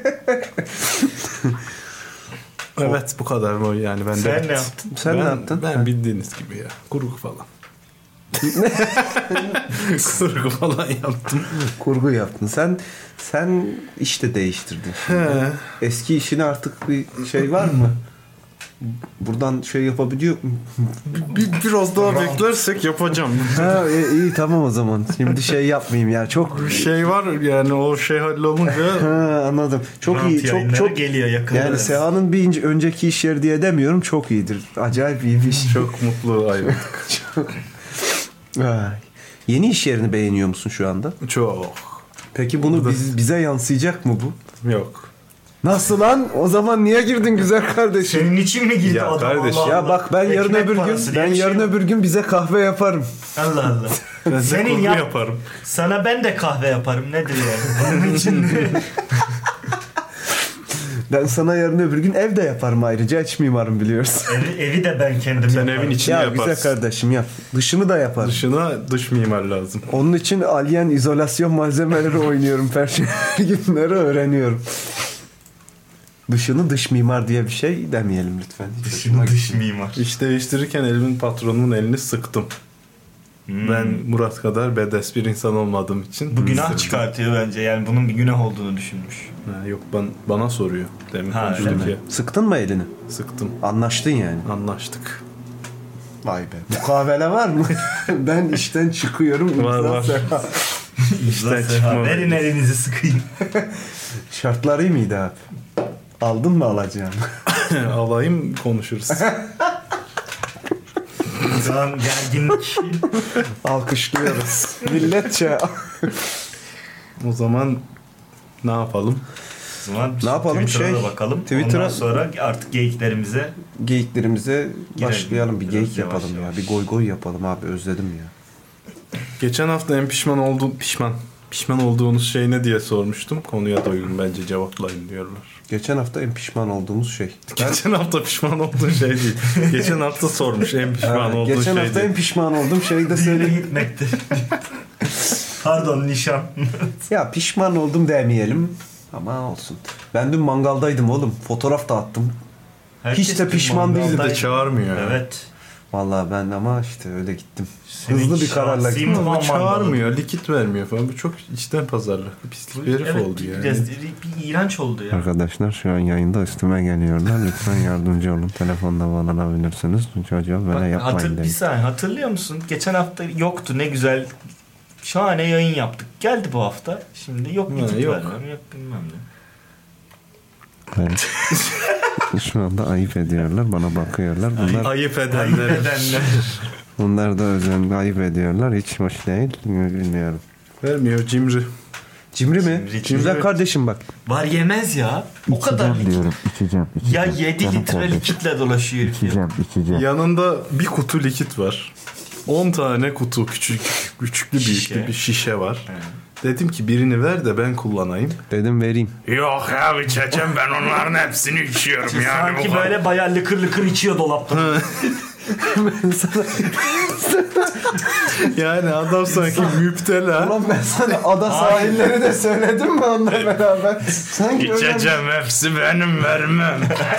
Evet, bu kadar mı yani? Ben Sen de ne yaptın? Sen ne yaptın? Ben bildiğiniz gibi ya. Kurgu falan. Kurgu falan yaptım. Kurgu yaptın. Sen işte değiştirdin. Eski işine artık bir şey var mı? Buradan şey yapabiliyor mu? Biraz daha beklersek yapacağım. Ha, iyi tamam o zaman. Şimdi şey yapmayayım ya. Çok Şey var yani, o şey hallolunca. ha, anladım. Çok Rant iyi. Çok yayınları çok geliyor yakında. yani Seha'nın bir önceki iş yeri diye demiyorum. Çok iyidir. Acayip iyi bir iş. Çok mutlu ayrıldık. Ay. Yeni iş yerini beğeniyor musun şu anda? Çok. Peki bunu bize yansıyacak mı bu? Yok. Nasıl lan? O zaman niye girdin güzel kardeşim? Senin için mi girdi Ya adam? kardeş, Allah Ya Allah. bak ben yarın Ekmek öbür gün parası diye bir şey yok. öbür gün bize kahve yaparım. Allah Allah. Ben de Senin kurgu yap- yaparım. Sana ben de kahve yaparım. Nedir yani? Bunun için Ben sana yarın öbür gün ev de yaparım ayrıca. İç mimarım biliyorsun. evi de ben kendim Sen yaparım. evin içini Ya yaparsın. güzel kardeşim yap. Dışını da yaparım. Dışına dış mimar lazım. Onun için alien izolasyon malzemeleri oynuyorum. Perşembe günleri öğreniyorum. Dışını dış mimar diye bir şey demeyelim lütfen. Dışını dış mimar. İş değiştirirken elimin patronumun elini sıktım. Ben Murat kadar bedes bir insan olmadığım için. Bu günah sıktım. çıkartıyor bence. Yani bunun bir günah olduğunu düşünmüş. Ha, yok, bana soruyor. Demin Ha, konuştuk öyle ya. Sıktın mı elini? Sıktım. Anlaştın yani. Anlaştık. Vay be. Mukavele var mı? Ben işten çıkıyorum. Var, İmza var. Seha. İşten çıkmam. Verin elinizi sıkayım. Şartları iyi miydi abi? Aldın mı alacağını? Alayım, konuşuruz. Şu an gerginlik. Alkışlıyoruz. Milletçe. O zaman ne yapalım? O zaman Ne yapalım? Twitter'a da Şey, bakalım. Twitter'a- Ondan sonra artık geyiklerimize Geyiklerimize başlayalım. Bir biraz geyik yavaş yapalım yavaş. ya. Bir goy goy yapalım abi. Özledim ya. Geçen hafta en pişman olduğunuz şey ne diye sormuştum. Konuya da uygun, bence cevaplayın diyorlar. Geçen hafta en pişman olduğumuz şey. Geçen hafta pişman olduğun şey değil. Geçen hafta sormuş en pişman olduğun şey Geçen hafta değil. en pişman olduğum şeyi de düğüne söyleyeyim. gitmektir. Pardon, nişan. Ya pişman oldum demeyelim. Ama olsun. Ben dün mangaldaydım oğlum. Fotoğraf da attım. Herkes Hiç de bir pişman değildi de mangaldaydı. çağırmıyor ya. Evet. Vallahi ben ama işte öyle gittim. Senin Hızlı bir kararla şahsi gittim. muamman Çağırmıyor, likit vermiyor falan. Bu çok içten pazarlık. Pislik bir herif Evet, oldu yani. biraz bir iğrenç oldu ya. arkadaşlar şu an yayında üstüme geliyorlar. Lütfen yardımcı olun. Telefonda bağlanabilirsiniz. Çocuğa böyle Bak, yapmayın bir dedim. saniye, hatırlıyor musun? Geçen hafta yoktu, ne güzel şahane yayın yaptık. Geldi bu hafta. Şimdi yok, Ha, likit yok. vermem, yok bilmem ne. Ben şu anda ayıp ediyorlar. Bana bakıyorlar. Ayıp Ayıp edenler. edenler. Bunlar da özel ayıp ediyorlar. Hiç hoş değil. Bilmiyorum. Vermiyor, cimri. Cimri mi? Cimri. Güzel kardeşim bak. Var yemez ya. O kadar İçeceğim likit. diyorum. İçeceğim. Ya içeceğim. 7 Canım litre kardeşim. likitle dolaşıyor herif ya. İçeceğim. Yanında bir kutu likit var. 10 tane kutu küçüklü Şişe. büyüklü bir şişe var. Dedim ki birini ver de ben kullanayım. Dedim vereyim. Yok abi çeçen ben onların hepsini içiyorum yani. Sanki böyle bayağı lıkır lıkır içiyor dolapta. Yani adam sanki müptela. Ulan ben sana ada sahilleri de söyledim mi onunla beraber? Sanki İçeceğim hepsi benim vermem.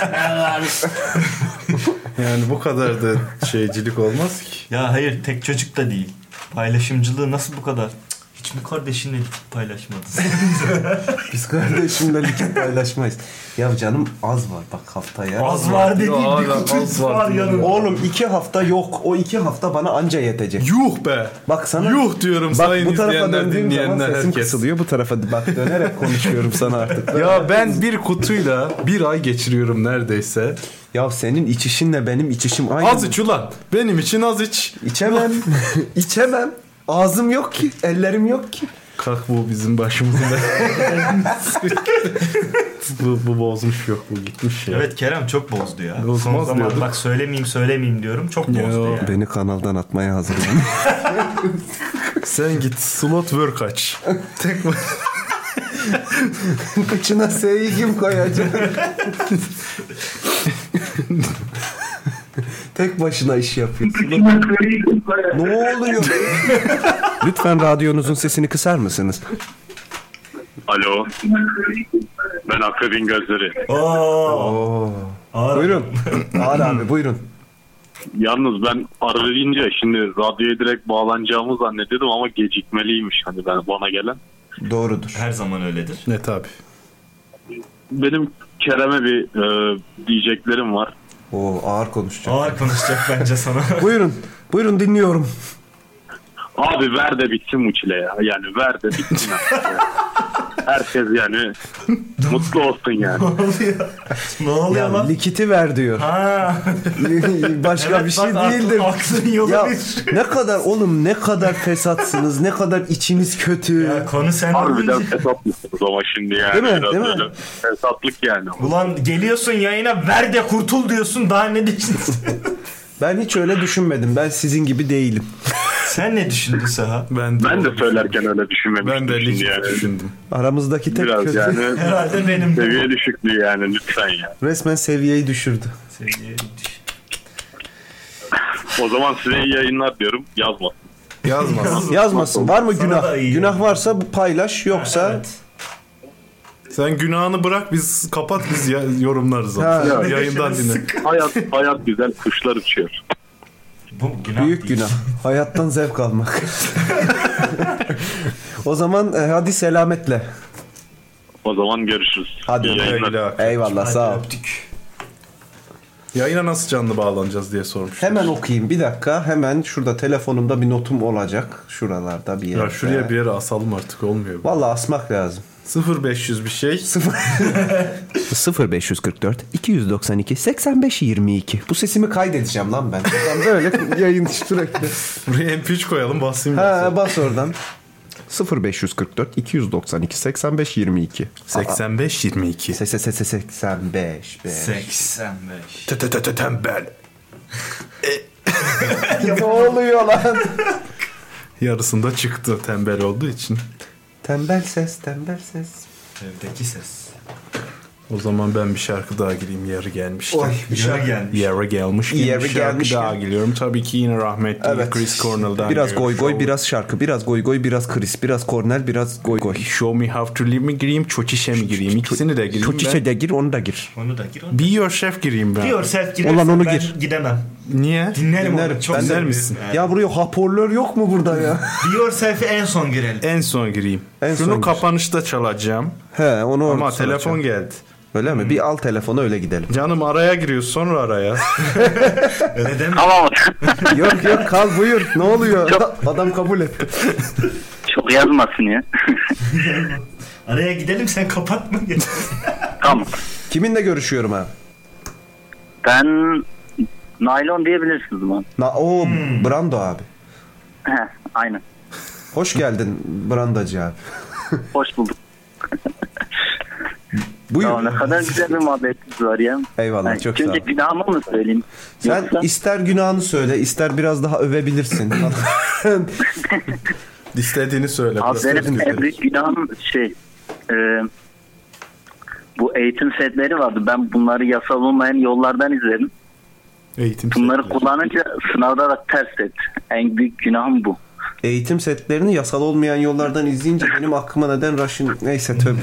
Yani bu kadar da şeycilik olmaz ki. Ya hayır tek çocuk da değil. Paylaşımcılığı nasıl bu kadar? Hiç mi kardeşinle paylaşmadın? Biz kardeşimle likit paylaşmayız. Ya canım az var bak haftaya. Az var dediğin Ya, bir kutu az var var yanımda. Oğlum 2 hafta yok. O 2 hafta bana anca yetecek. Yuh be. Bak sana. Yuh diyorum Bak sayın bu tarafa izleyenler, döndüğüm zaman dinleyenler, sesim herkes. kısılıyor. Bu tarafa bak dönerek konuşuyorum sana artık. Ya ben bir kutuyla bir ay geçiriyorum neredeyse. Ya senin içişinle benim içişim aynı. Az iç ulan. Benim için az iç. İçemem. İçemem. Ağzım yok ki. Ellerim yok ki. Kalk bu bizim başımızda. bu bozmuş yok bu gitmiş ya. Evet Kerem çok bozdu ya. Bozmaz Son zaman diyorduk. bak söylemeyeyim diyorum. Çok bozdu yani. Beni kanaldan atmaya hazırlanın. Sen git slot work aç. Tek Kıçına S'yi kim koyacak? Tek başına iş yapıyorsun. Ne oluyor? Lütfen radyonuzun sesini kısar mısınız? Alo. Ben Akrep'in gözleri. Buyurun. Ağır abi buyurun. Yalnız ben arayınca şimdi radyoya direkt bağlanacağımı zannediyordum ama gecikmeliymiş hani bana gelen. Doğrudur. Her zaman öyledir. Ne tabi. Benim Kerem'e bir diyeceklerim var. Ağır konuşacak. Ağır konuşacak bence sana. Buyurun. Buyurun dinliyorum. Abi ver de bitsin bu çile ya. Yani ver de bitsin. Herkes yani mutlu olsun yani. Ne oluyor lan? Likiti ver diyor. Ha. Başka Evet, bir şey bak, değildir. aklın yolu Ya bir. ne kadar oğlum ne kadar fesatsınız, ne kadar içiniz kötü. Ya konu sen Harbiden olunca. fesat mısınız ama şimdi yani. Değil mi? Biraz Değil mi? öyle fesatlık yani. Ulan geliyorsun yayına ver de kurtul diyorsun daha ne düşünüyorsun? Ben hiç öyle düşünmedim. Ben sizin gibi değilim. Sen ne düşündün Saha? Ben de söylerken öyle düşünmemiştim. Ben de şimdi likit düşündüm. Aramızdaki tek Biraz kötü. yani Herhalde benim. seviye düşüklüğü yani lütfen ya. Resmen seviyeyi düşürdü. O zaman size iyi yayınlar diyorum. Yazmasın. Yazmaz. Yazmasın. Var mı Sana günah? da iyi. Günah varsa paylaş. Yoksa Evet. Sen günahını bırak biz kapat biz yorumlarız. Ha. Onu. Yayından dinle. Hayat güzel, kuşlar uçuyor. Bu günah büyük değil. günah. Hayattan zevk almak. O zaman hadi selametle. O zaman görüşürüz. Hadi. İyi yayınlar. Öyle. Eyvallah Hadi sağ ol. öptük. Yayına nasıl canlı bağlanacağız diye sormuş. Hemen okuyayım bir dakika. Hemen şurada telefonumda bir notum olacak. Şuralarda bir yerde. Ya şuraya bir yere asalım artık olmuyor. Vallahi asmak lazım. 0500 bir şey. 0544 292 85 22. Bu sesimi kaydedeceğim lan ben. Ben böyle yayın sürekli. Buraya MP3 koyalım basayım. Ha bas oradan. 0544 292 85 22. 85 22. 85. 85. Tembel. Ne oluyor lan? Yarısında çıktı tembel olduğu için. Tembel ses, tembel ses. Evdeki ses. O zaman ben bir şarkı daha gireyim yarı gelmişken. Oy, Bir şarkı gelmiş. Yarı gelmişken Yarı bir şarkı gelmişken. daha geliyorum. Tabii ki yine rahmetli Evet. Chris Cornell'dan. Biraz geliyor. goy goy, biraz şarkı, biraz goy goy, biraz Chris, biraz Cornell, biraz goy goy. Show Me How To Live mi gireyim, Çoçişe mi gireyim? İkisini de gireyim Çoçişe de gir, onu da gir. Onu da gir. Onu da. Be Yourself gireyim ben. Bir yourself girersen Ulan onu ben gir. gidemem. Niye? Dinlerim Dinlerim. onu. Çok Ben de- severim. misin? Evet. Ya buraya hoparlör yok mu burada ya? Be yourself'i en son girelim. En son gireyim. En son Şunu gir. kapanışta çalacağım. He, onu Ama orada telefon soracağım. geldi. Öyle mi? Bir al telefonu öyle gidelim. Canım araya giriyor sonra araya. Öyle deme. Tamam. Yok kal buyur. Ne oluyor? Adam kabul etti. Çok yazmasın ya. Araya gidelim sen kapatma. Tamam. Kiminle görüşüyorum ha? Ben naylon diyebilirsiniz bana. Brando abi. He, aynen. Hoş geldin Brandacı abi. Hoş bulduk. Buyur. Ya, ne kadar güzel bir muhabbetiniz var ya. Eyvallah, Yani çok sağ ol. önce günahımı mı söyleyeyim? Sen Yoksa... ister günahını söyle, ister biraz daha övebilirsin. İstediğini söyle. Abi benim en büyük günahım bu eğitim setleri vardı. Ben bunları yasal olmayan yollardan izledim. Bunları kullanınca sınavda da ters et. En büyük günahım bu. Eğitim setlerini yasal olmayan yollardan izleyince benim aklıma neden Russian... Neyse tövbe.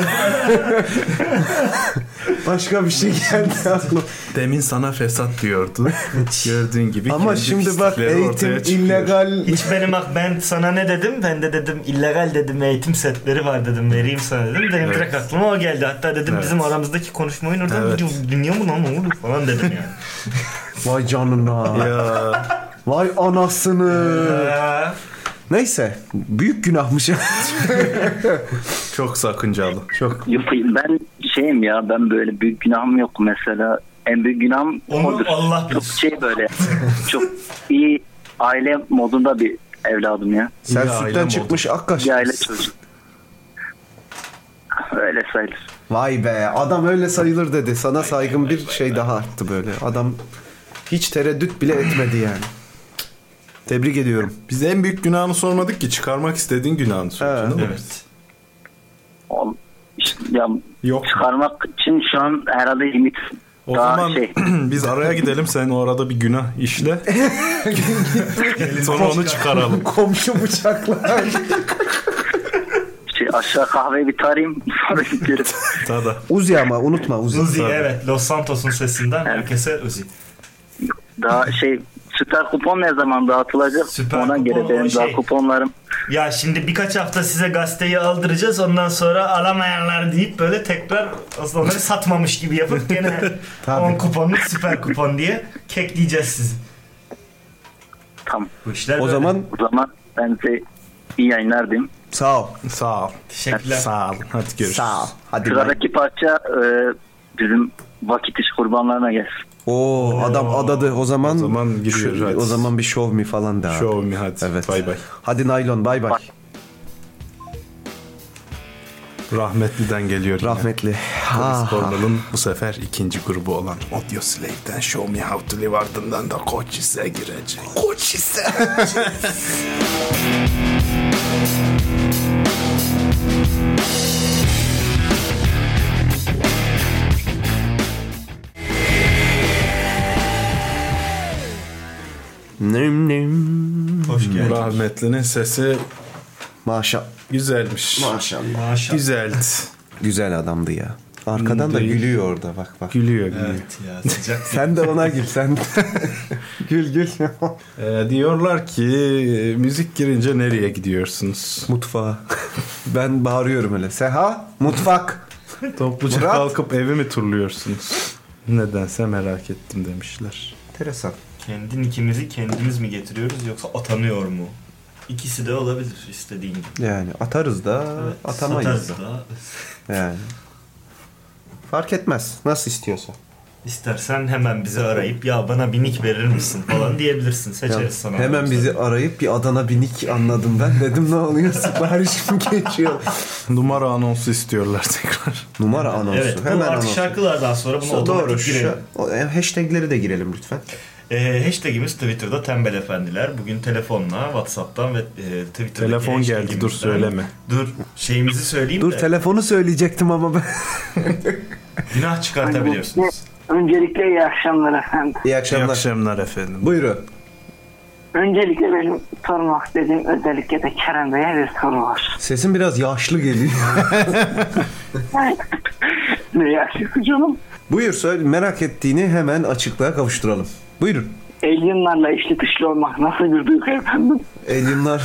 Başka bir şey geldi aklıma. Demin sana fesat diyordu. Gördüğün gibi. Ama şimdi bak eğitim illegal... Hiç ben sana ne dedim? Ben de dedim illegal dedim, eğitim setleri var dedim, vereyim sana dedim. Benim direkt aklıma o geldi. Hatta dedim bizim aramızdaki konuşmayı oradan dinliyor mu lan, ne olur falan dedim yani. Vay canına. Ya. Vay anasını. Neyse. Büyük günahmış. Çok sakıncalı. Çok. Ben ben böyle büyük günahım yok mesela. En büyük günahım odur. Allah çok böyle. Çok iyi aile modunda bir evladım ya. Sen sütten çıkmış akkaş. Bir aile çocuğu. Öyle sayılır. Vay be, adam öyle sayılır dedi. Sana saygım bir şey daha arttı böyle. Adam hiç tereddüt bile etmedi yani. Tebrik ediyorum. Biz en büyük günahını sormadık ki, çıkarmak istediğin günahını sordun. Evet. Yok. Çıkarmak için şu an herhalde limit. O zaman biz araya gidelim, sen orada bir günah işle. Sonra onu çıkaralım. Komşu bıçaklar. Aşağı kahveyi bir tarayayım, sonra gidelim. Uzi ama unutma Uzi. Uzi evet, Los Santos'un sesinden herkese Uzi. Daha süper kupon ne zaman dağıtılacak? Ona göre benim daha kuponlarım. Ya şimdi birkaç hafta size gazeteyi aldıracağız, ondan sonra alamayanlar deyip böyle tekrar aslında onları satmamış gibi yapıp gene 10 kuponluk süper kupon diye kekleyeceğiz sizi. Tamam. Bu işler o zaman ben size iyi yayınlar diyeyim. Sağ ol. Sağ ol. Teşekkürler. Sağ ol. Hadi görüşürüz. Sağ ol. Hadi sıradaki parça bizim vakit iş kurbanlarına gelsin. Adam adadı. O zaman giriyoruz hadi. O zaman bir show me falan da. Show me hadi. Evet. Bay bay. Hadi naylon bay bay. Rahmetli'den geliyor. Rahmetli. Kornel'ın bu sefer ikinci grubu olan Audio Slave'den Show Me How to Live, ardından da Cochise girecek. Cochise. Hoş geldin. Rahmetlinin sesi maşallah güzelmiş. Maşallah. Güzeldi. Güzel adamdı ya. Arkadan da gülüyor orada bak. Gülüyor. Evet ya, sıcak. Sen de ona gül sen. Gül. Diyorlar ki müzik girince nereye gidiyorsunuz? Mutfağa. Ben bağırıyorum öyle. Seha mutfak. Topluca kalkıp evi mi turluyorsunuz? Nedense merak ettim demişler. Enteresan. Kendi nikimizi kendimiz mi getiriyoruz yoksa atanıyor mu? İkisi de olabilir istediğin gibi. Yani atarız da atamayız satarız da. Yani. Fark etmez. Nasıl istiyorsa. İstersen hemen bizi arayıp ya bana bir nick verir misin falan diyebilirsin. Seçeriz sana. Hemen bizi arayıp bir Adana bir nick anladım ben. Dedim ne oluyor? Sipariş mi geçiyor? Numara anonsu istiyorlar tekrar. Numara anonsu. Evet. Hemen artık anonsu. şarkılardan sonra bunu otomatik girelim. Hashtagleri de girelim lütfen. Hashtagimiz Twitter'da Tembel Efendiler. Bugün telefonla, Whatsapp'tan ve Twitter'daki telefon geldi, dur söyleme. Dur şeyimizi söyleyeyim Dur telefonu söyleyecektim ama ben. Günah çıkartabiliyorsunuz. Öncelikle iyi akşamlar efendim. İyi akşamlar. İyi akşamlar efendim. Buyurun. Öncelikle benim sormak istediğim, özellikle de Kerem Bey'e bir soru var. Sesin biraz yaşlı geliyor. Ne yaşlısı canım? Buyur söyle, merak ettiğini hemen açıklığa kavuşturalım. Buyurun. Alienlarla içli dışlı olmak nasıl bir duygu efendim? Alienlar...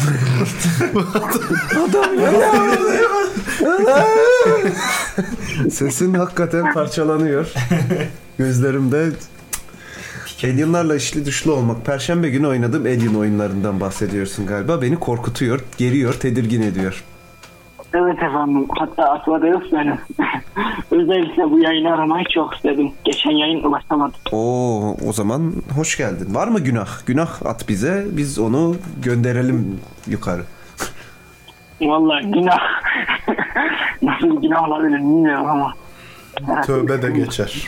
Adam ya. Sesin hakikaten parçalanıyor. Gözlerimde... Alienlarla içli dışlı olmak. Perşembe günü oynadığım Alien oyunlarından bahsediyorsun galiba. Beni korkutuyor, geriyor, tedirgin ediyor. Evet efendim. Hatta aklımda yok benim. Özellikle bu yayını aramayı çok istedim. Geçen yayın ulaşamadım. O zaman hoş geldin. Var mı günah? Günah at bize. Biz onu gönderelim yukarı. Vallahi günah. Nasıl bir günah olabilir bilmiyorum ama. Tövbe de geçer.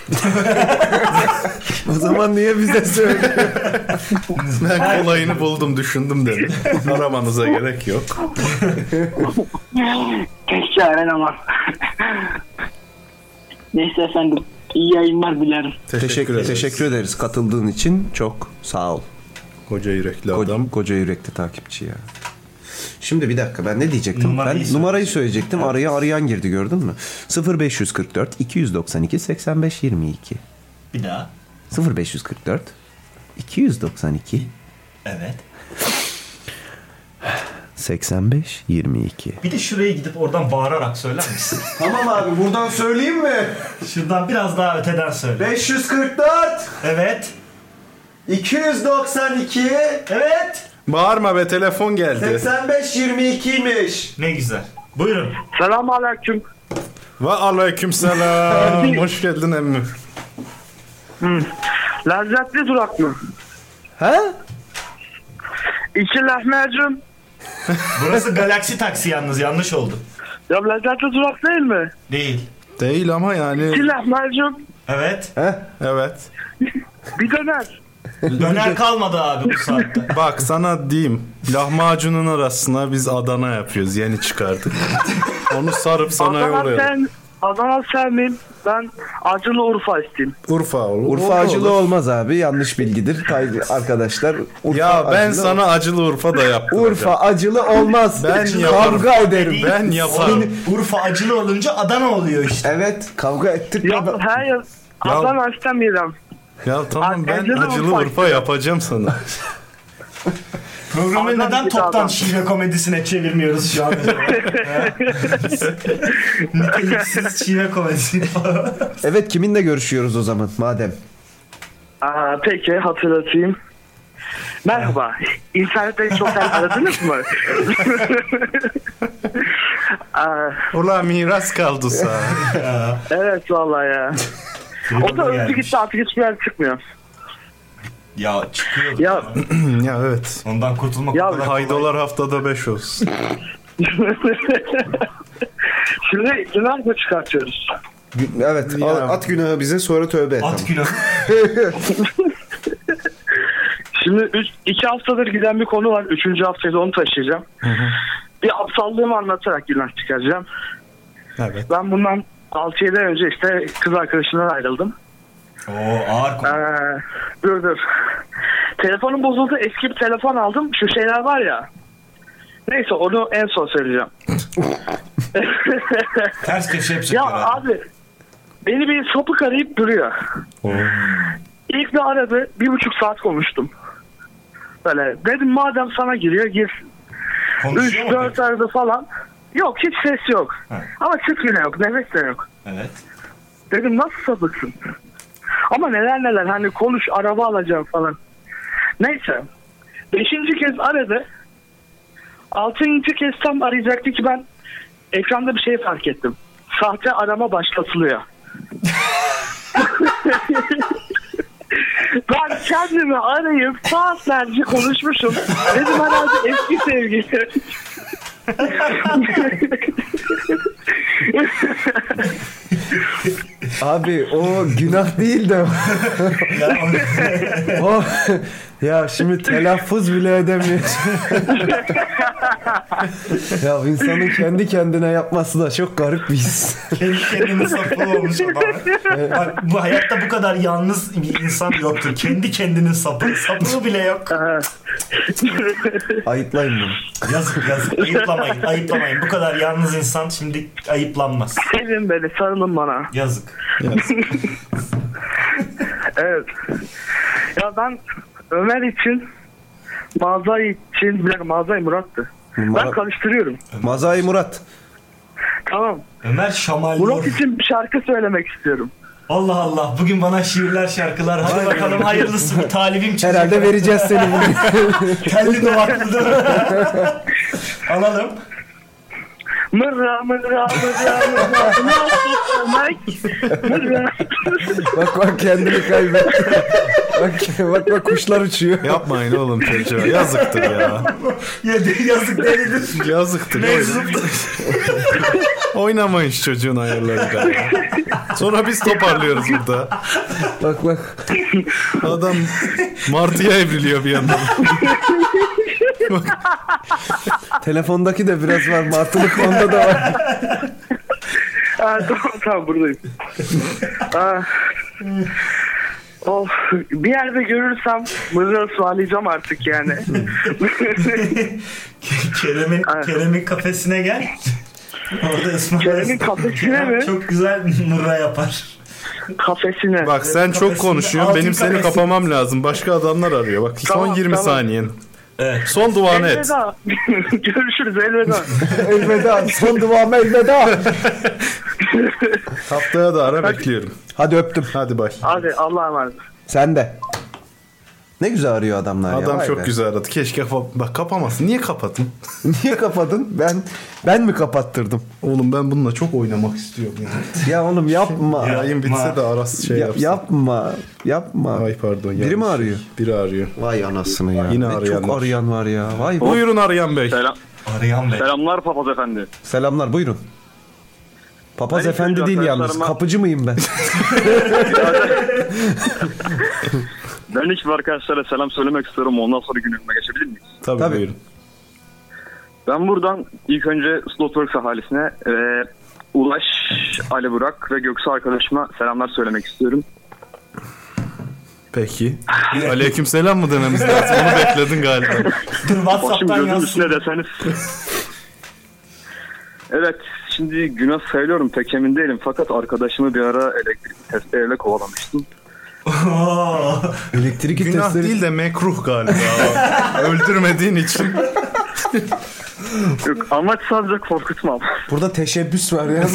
O zaman niye bize söylüyor? Ben kolayını buldum, düşündüm dedim. Aramanıza gerek yok. Tek çaren ama. Neyse efendim. İyi yayınlar dilerim. Teşekkür ederiz katıldığın için. Çok sağ ol. Koca yürekli adam. Koca yürekli takipçi ya. Şimdi bir dakika, ben ne diyecektim? Numarayı söyleyecektim. Evet. Araya arayan girdi, gördün mü? 0544 292 85 22. Bir daha. 0544 292. Evet. 85 22. Bir de şuraya gidip oradan bağırarak söyler misin? Tamam abi, buradan söyleyeyim mi? Şuradan biraz daha öteden söyle. 544. Evet. 292. Evet. Bağırma be, telefon geldi. 85 22'ymiş. Ne güzel. Buyurun. Selamünaleyküm. Ve aleykümselam. Hoş geldin emmi. Lezzetli durak mı? He? İki lahmacun. Burası Galaxy Taksi yalnız, yanlış oldu. Ya lezzetli durak değil mi? Değil. Değil ama yani. İki lahmacun. Evet. Evet. Bir döner. Döner kalmadı abi bu saatte. Bak sana diyeyim. Lahmacunun arasına biz Adana yapıyoruz. Yeni çıkardık. Onu sarıp sana yolluyorum. Adana sevmeyeyim. Ben acılı Urfa isteyeyim. Urfa olur. Urfa acılı olmaz abi. Yanlış bilgidir arkadaşlar. Urfa ya ben sana acılı Urfa da yaptım. Urfa acılı olmaz. Ben kavga ederim. Ben yaparım. Urfa acılı olunca Adana oluyor işte. Evet, kavga ettik. Ya hayır. Adana istemiyorum. Ya tamam, ben acılı Urfa yapacağım sana. Programı neden toptan şive komedisine çevirmiyoruz şu an? Niteliksiz şive komedisi falan. Evet, kiminle görüşüyoruz o zaman madem? Peki, hatırlatayım. Merhaba. İnternetten çok aradınız mı? Ulan miras kaldı sana. Evet vallahi ya. O da öldü gitti, artık hiçbir yer çıkmıyor. Ya çıkıyor. Ya evet. Ondan kurtulmak ya, o kadar haydolar haftada 5 olsun. Şimdi günah mı çıkartıyoruz? Evet. Ya. At günahı bize, sonra tövbe et. At günahı. Şimdi 2 haftadır giden bir konu var. 3. haftayda onu taşıyacağım. Bir aptallığımı anlatarak günah çıkaracağım. Evet. Ben bundan 6-7 ay önce işte kız arkadaşımdan ayrıldım. Ağır konu. Dur. Telefonum bozuldu. Eski bir telefon aldım. Şu şeyler var ya. Neyse, onu en son söyleyeceğim. Ters köşe yapacak. Ya abi, beni bir sapık arayıp duruyor. İlk bir aradı. 1,5 saat konuştum. Böyle dedim, madem sana giriyor girsin. 3-4 aradı falan. Yok, hiç ses yok. Ama çıt yine yok. Nefes de yok. Evet. Dedim, nasıl sapıksın? Ama neler hani konuş, araba alacağım falan. Neyse. 5. kez aradı. 6. kez tam arayacaktı ki ben ekranda bir şey fark ettim. Sahte arama başlatılıyor. Ben kendimi arayıp saatlerce konuşmuşum. Dedim herhalde eski sevgili. Abi o günah değil de o ya şimdi telaffuz bile edemiyor. Ya insanın kendi kendine yapması da çok garip bir his. Kendi kendine sapı olmuş adam. Bak, bu hayatta bu kadar yalnız bir insan yoktur. Kendi kendinin sapı bile yok. Ayıplayın bunu. Yazık. Ayıplamayın. Bu kadar yalnız insan şimdi ayıplanmaz. Sevin beni, sarılın bana. Yazık. Evet. Ya ben Ömer için, Mazai Murat'tı. Ben karıştırıyorum. Mazai Murat. Tamam. Ömer şamalıyor. Murat için bir şarkı söylemek istiyorum. Allah Allah, bugün bana şiirler, şarkılar. Hadi bakalım, hayırlısı, bir talibim çıkacak. Herhalde vereceğiz seni bugün. Telli duvaklı. Alalım. Mırra Bak kendini kaybetti. Bak kuşlar uçuyor. Yapmayın oğlum çocuğa. Yazıktır ya. Yazık delidir. Yazıktır. Oynamayın şu çocuğun ayarlarıyla. Sonra biz toparlıyoruz burada. Bak. Adam martıya evriliyor bir yandan. Telefondaki de biraz var. Martılık onda da var. Tamam buradayım. Bir yerde görürsem mızrağı ısmarlayacağım artık yani. Kerem'in kafesine gel. Orada Kerem'in kafesine mi? Çok güzel mırra yapar. Kafesine. Bak sen çok konuşuyorsun. Benim seni kapamam lazım. Başka adamlar arıyor. Bak tamam, son 20 saniyen. Evet. Son duanı et. Görüşürüz elveda. Elveda. Son duamı elveda. Haftaya da ara bekliyorum. Hadi öptüm. Hadi bay. Hadi Allah'a emanet. Sen de. Ne güzel arıyor adamlar ya. Adam çok güzel aradı. Keşke bak kapamasın. Niye kapadın? Niye kapadın? Ben mi kapattırdım? Oğlum ben bununla çok oynamak istiyorum yani. Ya oğlum yapma. Yayın bitse de arası yapsın. Yapma. Ay pardon. Biri mi arıyor? Biri arıyor. Vay anasını ya. Yine arayanlar. Çok arayan var ya. Vay. Buyurun arayan bey. Arayan bey. Selamlar papaz efendi. Selamlar buyurun. Papaz efendi değil yalnız. Kapıcı mıyım ben? Ben ilk arkadaşlara selam söylemek istiyorum. Ondan sonra günüme geçebilir miyiz? Tabii. Buyurun. Ben buradan ilk önce Slotworks ahalisine Ulaş, Ali Burak ve Göksu arkadaşıma selamlar söylemek istiyorum. Peki. Aleykümselam mı dememiz lazım? Onu bekledin galiba. Başım gözüm üstüne deseniz. Evet. Şimdi günah sayılıyorum. Pek emin değilim. Fakat arkadaşımı bir ara elektrik testereyle kovalamıştım. Elektrik günah testleri... değil de mekruh galiba. Öldürmediğin için. Yok, amaç sadece korkutmam. Burada teşebbüs var ya.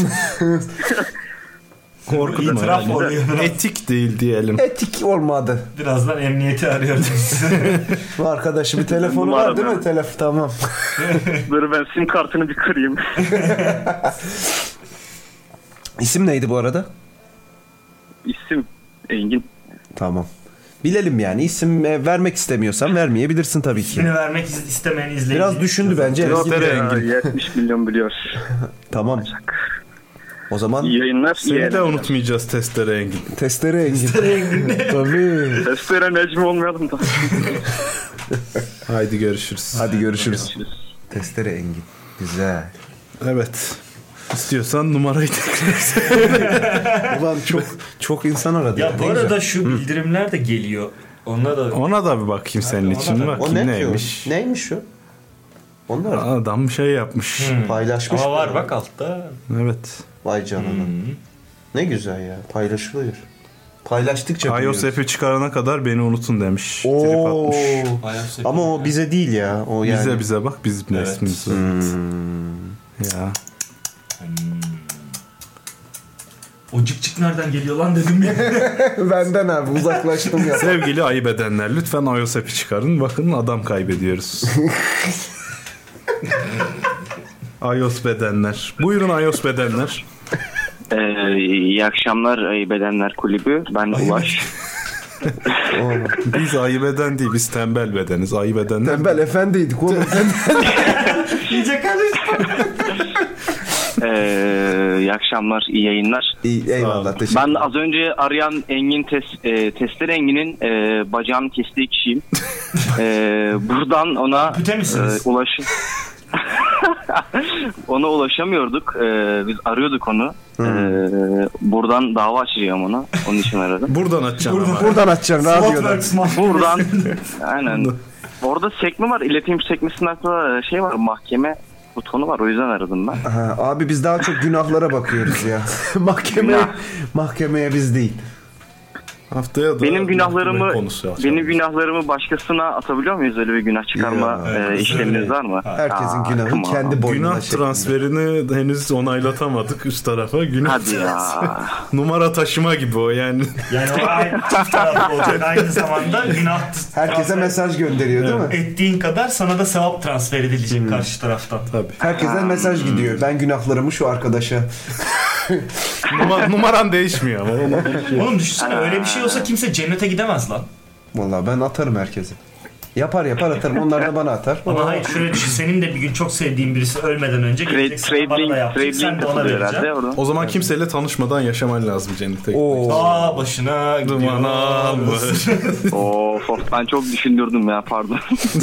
Korkutma yani. Etik değil diyelim. Etik olmadı. Birazdan emniyeti arıyoruz. Bu arkadaşı bir telefonu var değil mi? Tamam. Dur ben sim kartını bir kırayım. İsim neydi bu arada? İsim Engin. Tamam. Bilelim yani. İsim vermek istemiyorsan vermeyebilirsin tabii ki. İsmini vermek istemeyen izleyici. Biraz düşündü bence. Engin. 70 milyon biliyor. Tamam. O zaman yayınlar. Seni de unutmayacağız Testere Engin. Testere Engin. Tabii. Testere Necmi olmayalım da. Haydi görüşürüz. Hadi görüşürüz. Testere Engin. Güzel. Evet. İstiyorsan numarayı tekrar söyle. Ulan çok insan aradı. Ya bu arada şu bildirimler de geliyor. Ona da bir bakayım senin için. Bak neymiş? Neymiş o? Onlar adam bir şey yapmış. Paylaşmış. Ama var bak altta. Evet. Vay canına. Ne güzel ya. Paylaşılıyor. Paylaştıkça iOS app'i çıkarana kadar beni unutun demiş. Trip atmış. Ama o bize değil ya. O yani. Bize bak bizim resmimiz. Ya. O cık nereden geliyor lan dedim ya. Benden abi uzaklaştım ya. Sevgili ayıp edenler lütfen iOS app'i çıkarın. Bakın adam kaybediyoruz. iOS bedenler. Buyurun iOS bedenler. İyi akşamlar ayıp edenler kulübü. Ben Ulaş. Biz ayıp eden değil, biz tembel bedeniz. Ayıp edenler. Tembel efendiydik oğlum. İyice karıştı. İyi akşamlar, iyi yayınlar. İyi, eyvallah, teşekkür ederim. Ben az önce arayan Engin Testere Engin'in bacağını kestiği kişiyim. Buradan ona ona ulaşamıyorduk. Biz arıyorduk onu. Buradan dava açacağım ona. Onun için aradım. Buradan açacağım. Buradan açacağım. Radyodan. Buradan. Aynen. Orada sekme var. İletişim sekmesinin altında şey var. Mahkeme butonu var. O yüzden aradım ben. Aha, abi biz daha çok günahlara bakıyoruz ya. Mahkemeye biz değil. Haftaya da benim günahlarımı başkasına atabiliyor muyuz? Öyle bir günah çıkarma işleminiz var mı? Herkesin günahı kendi boynuna. Günah transferini henüz onaylatamadık üst tarafa. Günah hadi ya. Numara taşıma gibi o yani. Yani o çift taraflı olacak. Aynı zamanda günah herkese mesaj gönderiyor değil mi? Ettiğin kadar sana da sevap transfer edilecek karşı taraftan. Tabii. Herkese mesaj gidiyor. Ben günahlarımı şu arkadaşa. Numaran değişmiyor ama. Oğlum düşünsene öyle bir şey olsa kimse cennete gidemez lan. Vallahi ben atarım herkese. Yapar atarım. Onlar da bana atar. Ama hayır şöyle düşün. Senin de bir gün çok sevdiğin birisi ölmeden önce geleceksin bana da yapacak. Sen de ona vereceksin. O zaman kimseyle tanışmadan yaşaman lazım cennete. Dağ başına duman almış. Of ben çok düşündürdüm ya pardon.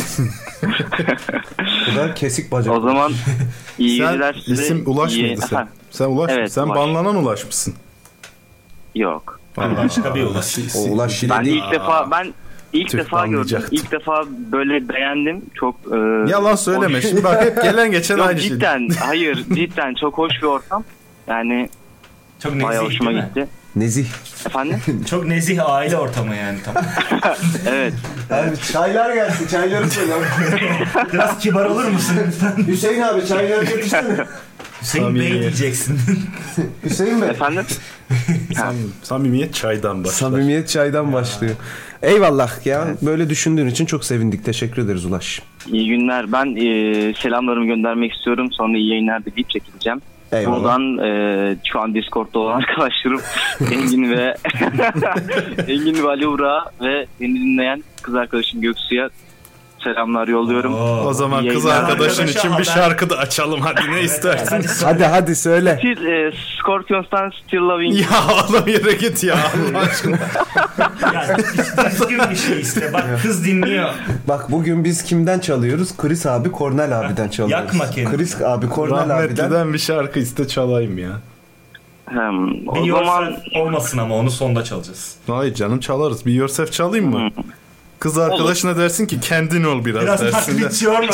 Bu da kesik bacak. O zaman iyi geceler size. İsim Ulaş mıydı sen? Sen Ulaş evet, mısın? Sen Ulaş. banlanan Ulaş mısın? Yok. Başka bir Ulaş. O Ulaş ben ilk defa gördüm. İlk defa böyle beğendim. Çok yalan söyleme. Hoş. Şimdi bak hep gelen geçen yok, aynı şey. Cidden çok hoş bir ortam. Yani çok nezih, bayağı hoşuma gitti. Nezih. Efendim? Çok nezih aile ortamı yani tam. Evet. Abi çaylar gelsin. Çayları söyle. Biraz kibar olur musun lütfen? Hüseyin abi çayları getirsene. Hüseyin Bey diyeceksin. Hüseyin Bey. Efendim? Samimiyet çaydan başlar. Samimiyet çaydan başlıyor. Eyvallah ya. Evet. Böyle düşündüğün için çok sevindik. Teşekkür ederiz Ulaş. İyi günler. Ben selamlarımı göndermek istiyorum. Sonra iyi yayınlar deyip çekileceğim. Eyvallah. Buradan şu an Discord'da olan arkadaşlarım Engin ve Ali Uğur'a ve beni dinleyen kız arkadaşım Göksu'ya selamlar yolluyorum. O zaman kız arkadaşın için bir şarkı da açalım hadi ne istersin. hadi söyle. Scorpions'tan Still Loving. Ya oğlum yere git ya Allah aşkına. Ya düzgün bir şey iste. Bak kız dinliyor. Bak bugün biz kimden çalıyoruz? Chris abi Kornel abiden çalıyoruz. Yakma kendini. Chris abi Kornel abiden bir şarkı iste çalayım ya. O zaman olmasın ama onu sonda çalacağız. Hayır canım çalarız. Bir Yourself çalayım mı? Kız arkadaşına olur. Dersin ki kendin ol biraz dersin. Taklitçi olma.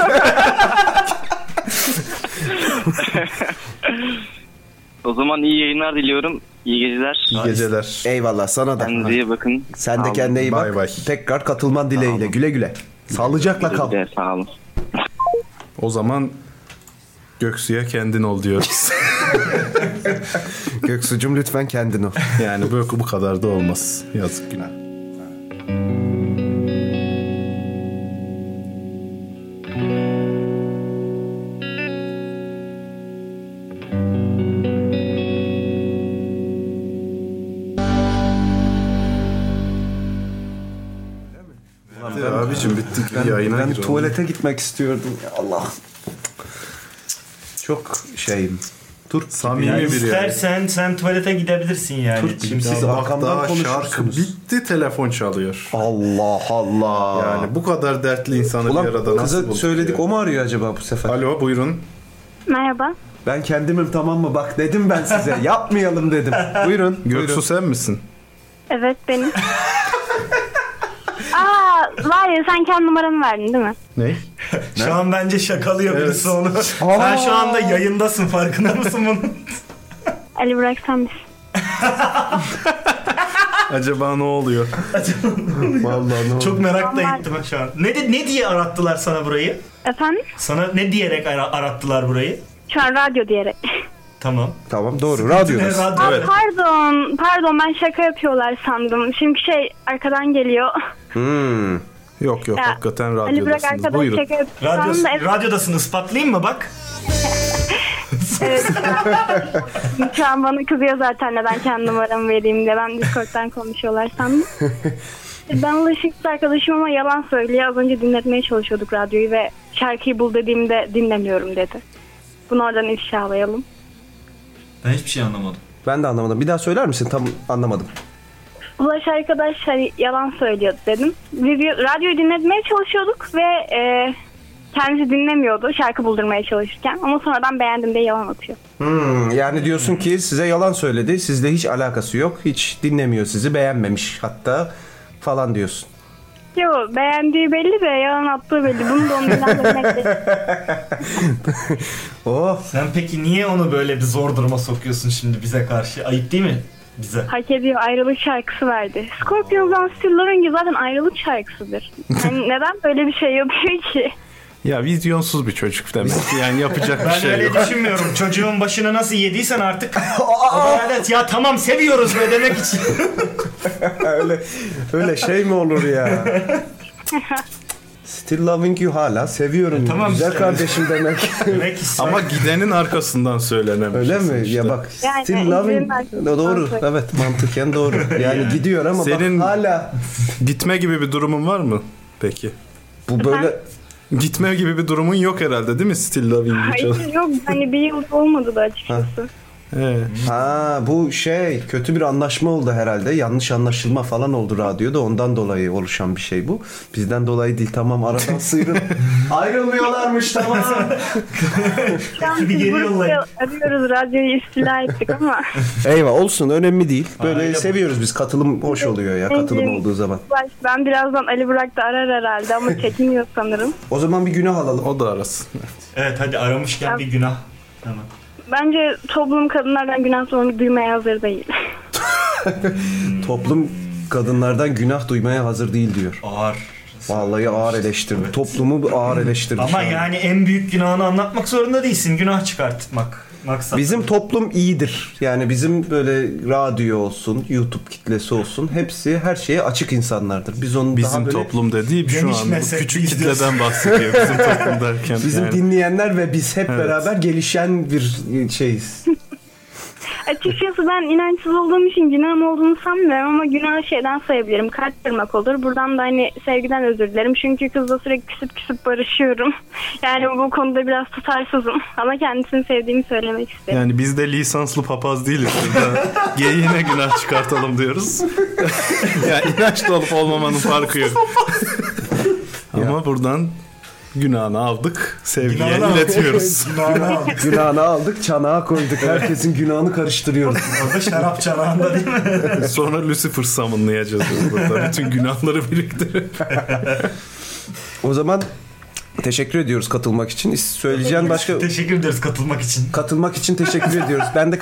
O zaman iyi yayınlar diliyorum. İyi geceler. İyi geceler. Eyvallah sana da. Kendinize iyi bakın. Sen de kendine iyi bak. Bye. Tekrar katılman dileğiyle. Güle güle. Sağlıcakla kal. Sağ olun. O zaman Göksu'ya kendin ol diyoruz. Göksu'cum lütfen kendin ol. Yani bu kadar da olmaz. Yazık günah. Abicim bittik. Ben tuvalete gitmek istiyordum. Ya Allah. Çok şeyim. Turp samimi yani biri. İstersen sen tuvalete gidebilirsin yani. Şimdi siz arkamdan konuşursunuz. Bitti telefon çalıyor. Allah Allah. Yani bu kadar dertli insanı ulan, bir arada nasıl kıza söyledik ya? O mu arıyor acaba bu sefer? Alo buyurun. Merhaba. Ben kendimim tamam mı? Bak dedim ben size. Yapmayalım dedim. Buyurun. Göksu sen misin? Evet benim. Var ya sen kendi numaranı verdin değil mi? Ne? Şu an bence şakalıyor birisi onu. Sen şu anda yayındasın farkında mısın bunun? Ali Burak sen misin? Acaba ne oluyor? Vallahi ne çok merakla gittim şu an. Ne diye arattılar sana burayı? Efendim? Sana ne diyerek arattılar burayı? Şu an radyo diyerek. Tamam doğru radyodasın. Evet. Pardon ben şaka yapıyorlar sandım. Çünkü arkadan geliyor. Yok ya, hakikaten radyodasınız. Buyurun. Radyodasın ispatlayayım mı bak? Evet. Şu an bana kızıyor zaten neden kendi numaramı vereyim diye. Ben Discord'dan konuşuyorlar sandım. Ben Ulaşık arkadaşım ama yalan söylüyor. Az önce dinletmeye çalışıyorduk radyoyu ve şarkıyı bul dediğimde dinlemiyorum dedi. Bunu oradan ifşalayalım. Ben hiçbir şey anlamadım. Ben de anlamadım. Bir daha söyler misin? Tam anlamadım. Ulaş arkadaş yalan söylüyordu dedim. Radyoyu dinletmeye çalışıyorduk ve kendisi dinlemiyordu şarkı buldurmaya çalışırken. Ama sonradan beğendim diye yalan atıyor. Yani diyorsun ki size yalan söyledi. Sizle hiç alakası yok. Hiç dinlemiyor sizi. Beğenmemiş hatta falan diyorsun. Yok beğendiği belli de yalan attığı belli. Bunu da ondan dinlemek Sen peki niye onu böyle bir zor duruma sokuyorsun şimdi bize karşı? Ayıp değil mi? Bize. Hak ediyor. Ayrılık şarkısı verdi. Scorpions'dan Still Loving zaten ayrılık şarkısıdır. Yani neden böyle bir şey yapıyor ki? Ya vizyonsuz bir çocuk demek ki. Yani yapacak bir şey yok. Ben öyle düşünmüyorum. Çocuğun başına nasıl yediysen artık. Evet ya tamam seviyoruz be demek için. öyle şey mi olur ya? Still loving you hala seviyorum. Tamam güzel işte. Kardeşim demek. Ama gidenin arkasından söylenemiş. Öyle mi? Işte. Ya bak yani, still loving doğru. Evet mantıken doğru. Yani gidiyor ama senin bak hala gitme gibi bir durumun var mı? peki? Bu böyle gitme gibi bir durumun yok herhalde değil mi? Still Loving You Hayır çalıyor. yok hani bir yıl olmadı da açıkçası. Ha bu kötü bir anlaşma oldu herhalde. Yanlış anlaşılma falan oldu radyoda. Ondan dolayı oluşan bir şey bu. Bizden dolayı değil, tamam, aradan sıyrıl. Ayrılmıyorlarmış, tamam. Biz burada arıyoruz, radyoyu istila ettik ama. Eyvah, olsun, önemli değil. Böyle seviyoruz biz. Katılım hoş oluyor ya, katılım olduğu zaman. Ben birazdan Ali Burak da arar herhalde ama çekiniyor sanırım. O zaman bir günah alalım. O da arasın. Evet hadi aramışken bir günah. Tamam. Bence toplum kadınlardan günah sorunu duymaya hazır değil. Toplum kadınlardan günah duymaya hazır değil diyor. Ağır. Vallahi ağır eleştirdi. Evet. Toplumu ağır eleştirdi. Ama yani en büyük günahını anlatmak zorunda değilsin. Günah çıkartmak maksat. Bizim toplum iyidir. Yani bizim böyle radyo olsun, YouTube kitlesi olsun, hepsi her şeye açık insanlardır. Biz onun bizim daha böyle toplum dediği şu an bu küçük kitleden bahsediyor bizim toplum derken. Bizim yani dinleyenler ve biz hep beraber gelişen bir şeyiz. Açıkçası ben inançsız olduğum için günahım olduğunu sanmıyorum ama günahı şeyden sayabilirim. Kalp kırmak olur. Buradan da hani sevgiden özür dilerim. Çünkü kızla sürekli küsüp barışıyorum. Yani bu konuda biraz tutarsızım. Ama kendisini sevdiğimi söylemek isterim. Yani biz de lisanslı papaz değiliz. Geyiğine günah çıkartalım diyoruz. Yani inançlı olup olmamanın farkı yok. Ama buradan günahını aldık, sevgiye iletiyoruz. Günahını aldık, çanağa koyduk. Herkesin günahını karıştırıyoruz. Orada şarap çanağında değil mi? Sonra Lucifer summonlayacağız burada. Bütün günahları biriktirip. O zaman teşekkür ediyoruz katılmak için. Söyleyeceğin başka... Teşekkür ederiz katılmak için. Katılmak için teşekkür ediyoruz. Ben de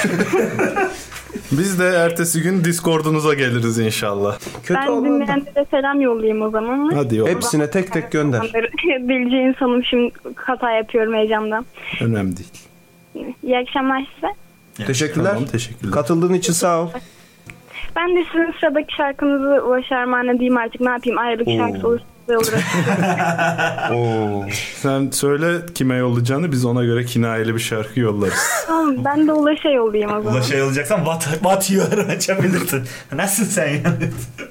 Biz de ertesi gün Discord'unuza geliriz inşallah. Ben dinleyenlere selam yollayayım o zaman. Hadi yolla. Hepsine tek tek gönder. Bilgi insanım, şimdi hata yapıyorum heyecandan. Önemli değil. İyi akşamlar size. Teşekkürler. Tamam, teşekkürler. Katıldığın için sağ ol. Ben de sizin sıradaki şarkınızı Ulaş Armağan'a diyeyim artık, ne yapayım, ayrılık şarkısı olursa olur. Sen söyle kime yollayacağını, biz ona göre kinayeli bir şarkı yollarız. Tamam, ben de Ulaş'a yollayayım o zaman. Ulaş'a yollayacaksan what you are açabilirsin. Nasılsın sen yani?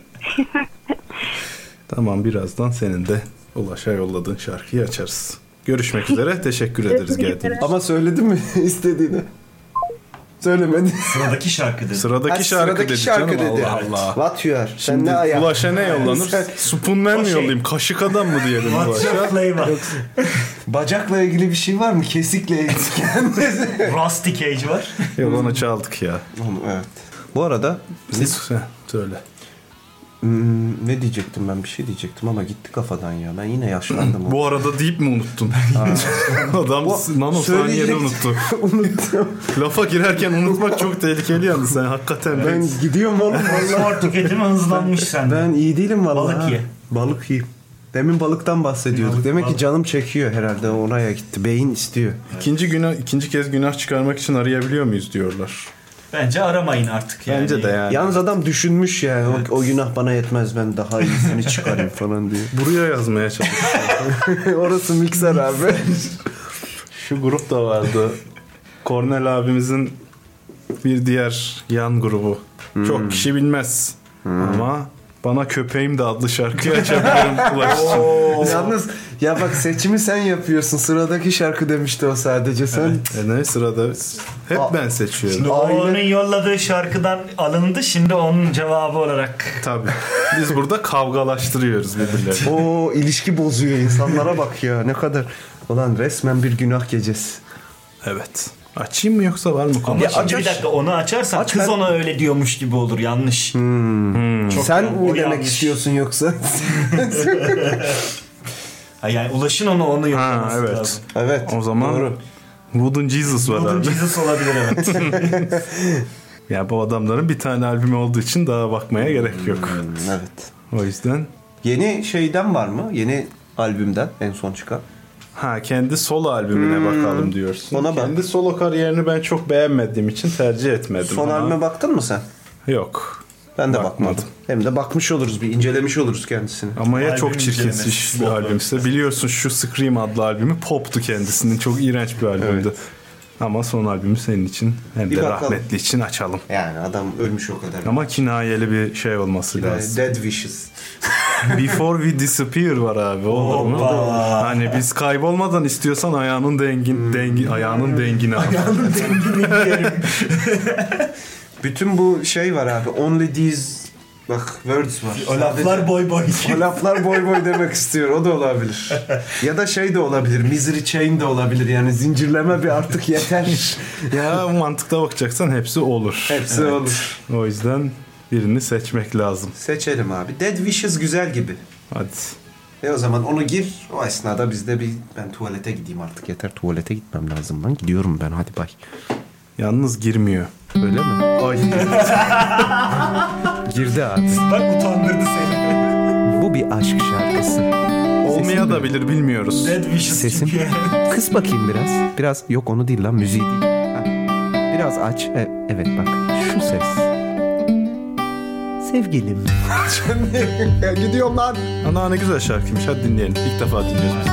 Tamam, birazdan senin de Ulaş'a yolladığın şarkıyı açarız. Görüşmek üzere, teşekkür ederiz geldiğin için. Ama söyledin mi istediğini? Söylemedi. Sıradaki şarkı dedi. Sıradaki şarkı dedi canım. dedi. Allah Allah. What you are? Şimdi ne ayak? Ulaş'a ne yollanır? Spoonman mi yollayayım? Kaşık adam mı diyelim Ulaş'a? Bacakla ilgili bir şey var mı? Kesikle ilgili. Rusty Cage var. Yok, onu çaldık ya. Evet. Bu arada söyle. Ne diyecektim ben? Bir şey diyecektim ama gitti kafadan ya. Ben yine yaşlandım. Bu arada deyip mi unuttun? Adam nanosaniyede unuttu. Unuttum. Lafa girerken unutmak çok tehlikeli yalnız. Sen hakikaten ben gidiyorum oğlum. Spor tüketimi hızlanmış sende. Ben iyi değilim vallahi. Balık ye. Balık yiyeyim. Demin balıktan bahsediyorduk. Demek ki canım çekiyor herhalde, oraya gitti. Beyin istiyor. İkinci kez günah çıkarmak için arayabiliyor muyuz diyorlar. Bence aramayın artık yani. Bence de yani. Yalnız adam düşünmüş yani. Evet. O günah bana yetmez, ben daha iyisini çıkarayım falan diye. Buraya yazmaya çalışıyor. Orası mikser abi. Şu grup da vardı. Kornel abimizin bir diğer yan grubu. Çok kişi bilmez. Ama Bana Köpeğim de adlı şarkıyı açabilirim Ulaş için. Yalnız ya bak, seçimi sen yapıyorsun. Sıradaki şarkı demişti o sadece. Sen ne sırada? Hep ben seçiyorum. Şimdi onun yolladığı şarkıdan alındı. Şimdi onun cevabı olarak. Tabii. Biz burada kavgalaştırıyoruz birbirlerini. O ilişki bozuyor insanlara bak ya, ne kadar. Ulan resmen bir günah gecesi. Evet. Açayım mı yoksa var mı konu? Ama bir dakika, onu açarsan kız ona öyle diyormuş gibi olur. Yanlış. Sen mi demek istiyorsun yoksa? Yani Ulaş'ın onu yollaması lazım. Evet. O zaman doğru. Wooden Jesus var Wooden abi. Jesus olabilir, evet. Ya bu adamların bir tane albümü olduğu için daha bakmaya gerek yok. Evet. O yüzden. Yeni şeyden var mı? Yeni albümden en son çıkan. Kendi solo albümüne bakalım diyorsun. Ona bak. Kendi solo kariyerini ben çok beğenmediğim için tercih etmedim. Son albüme baktın mı sen? Yok. Ben de bakmadım. Hem de bakmış oluruz, bir incelemiş oluruz kendisini. Ama ya çok çirkinsiz bir albümse. Biliyorsun şu Scream adlı albümü poptu kendisinin. Çok iğrenç bir albümdü. Evet. Ama son albümü senin için hem de rahmetli için açalım. Yani adam ölmüş o kadar. Ama kinayeli bir şey olması lazım. Dead Wishes. Before we disappear var abi. Olur mu? Hani biz kaybolmadan istiyorsan ayağının dengini al. Ayağının dengini diyelim. Bütün bu şey var abi. Only these bak words var. O laflar boy boy. O laflar boy boy demek istiyor. O da olabilir. Ya da şey de olabilir. Misery chain de olabilir. Yani zincirleme bir artık yeter. Ya mantıkta bakacaksan hepsi olur. Hepsi olur. O yüzden birini seçmek lazım. Seçelim abi. Dead Wishes güzel gibi. Hadi. O zaman onu gir. O esnada biz de ben tuvalete gideyim artık. Yeter, tuvalete gitmem lazım lan. Gidiyorum ben, hadi bay. Yalnız girmiyor. Öyle mi? Ay. Girdi abi. Bak utandırdı seni. Bu bir aşk şarkısı. Olmaya da bilir, bilmiyoruz. Dead Wishes Sesim. çünkü. Kıs bakayım biraz. Biraz yok, onu değil lan, müziği değil. Ha. Biraz aç. Evet bak şu ses. Sevgilim. Gidiyorum lan. Ana ne güzel şarkıymış. Hadi dinleyelim. İlk defa dinliyoruz.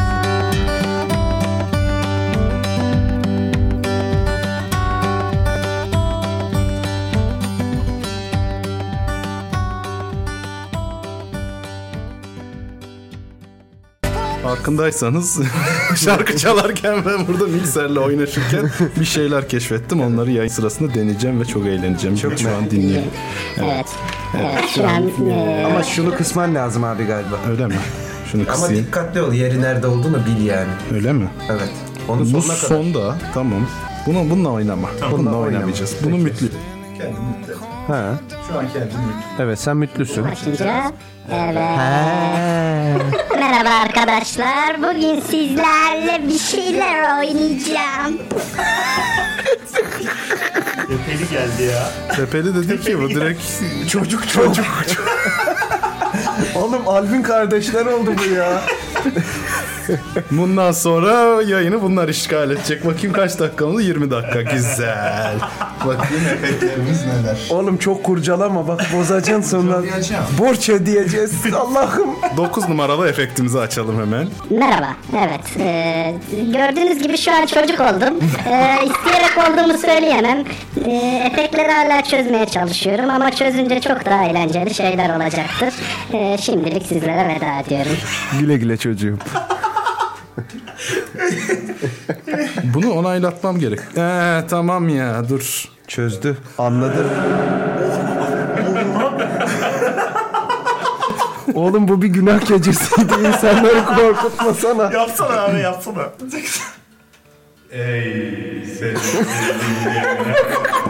Farkındaysanız şarkı çalarken ben burada mikserle oynaşırken bir şeyler keşfettim. Onları yayın sırasında deneyeceğim ve çok eğleneceğim. Çok şu an dinleyelim. Evet. Şu an Ama şunu kısman lazım abi galiba. Öyle mi? Şunu Ama kısayım. dikkatli ol. Yeri nerede olduğunu bil yani. Öyle mi? Evet. Onu Bu sonuna kadar. sonda tamam. Bununla oynama. Bununla oynamayacağız. Bunu mütlü. Kendim mütlü. Ha. Şu an kendim mütlü. Evet, sen mütlüsün. başlayınca. Evet. Merhaba arkadaşlar. Bugün sizlerle bir şeyler oynayacağım. Tepeli geldi ya. Tepeli dedik ki bu direkt Çocuk. Oğlum Alvin kardeşler oldu bu ya. bundan sonra yayını bunlar işgal edecek. Bakayım kaç dakikamız? 20 dakika. Güzel. Bakayım efektlerimiz neler. Oğlum çok kurcalama bak, bozacaksın sonra. Borç ödeyeceğiz. Allah'ım. 9 numaralı efektimizi açalım hemen. Merhaba. Evet. Gördüğünüz gibi şu an çocuk oldum. İsteyerek olduğumu söyleyemem. Efektleri hala çözmeye çalışıyorum ama çözünce çok daha eğlenceli şeyler olacaktır. Şimdilik sizlere veda ediyorum. Güle güle çocuğum. Bunu onaylatmam gerek. Tamam ya dur. Çözdü. Anladı. Oğlum bu bir günah gecesiydi. İnsanları korkutmasana. Yapsana abi, yapsana. Ey sevgili dinleyenler.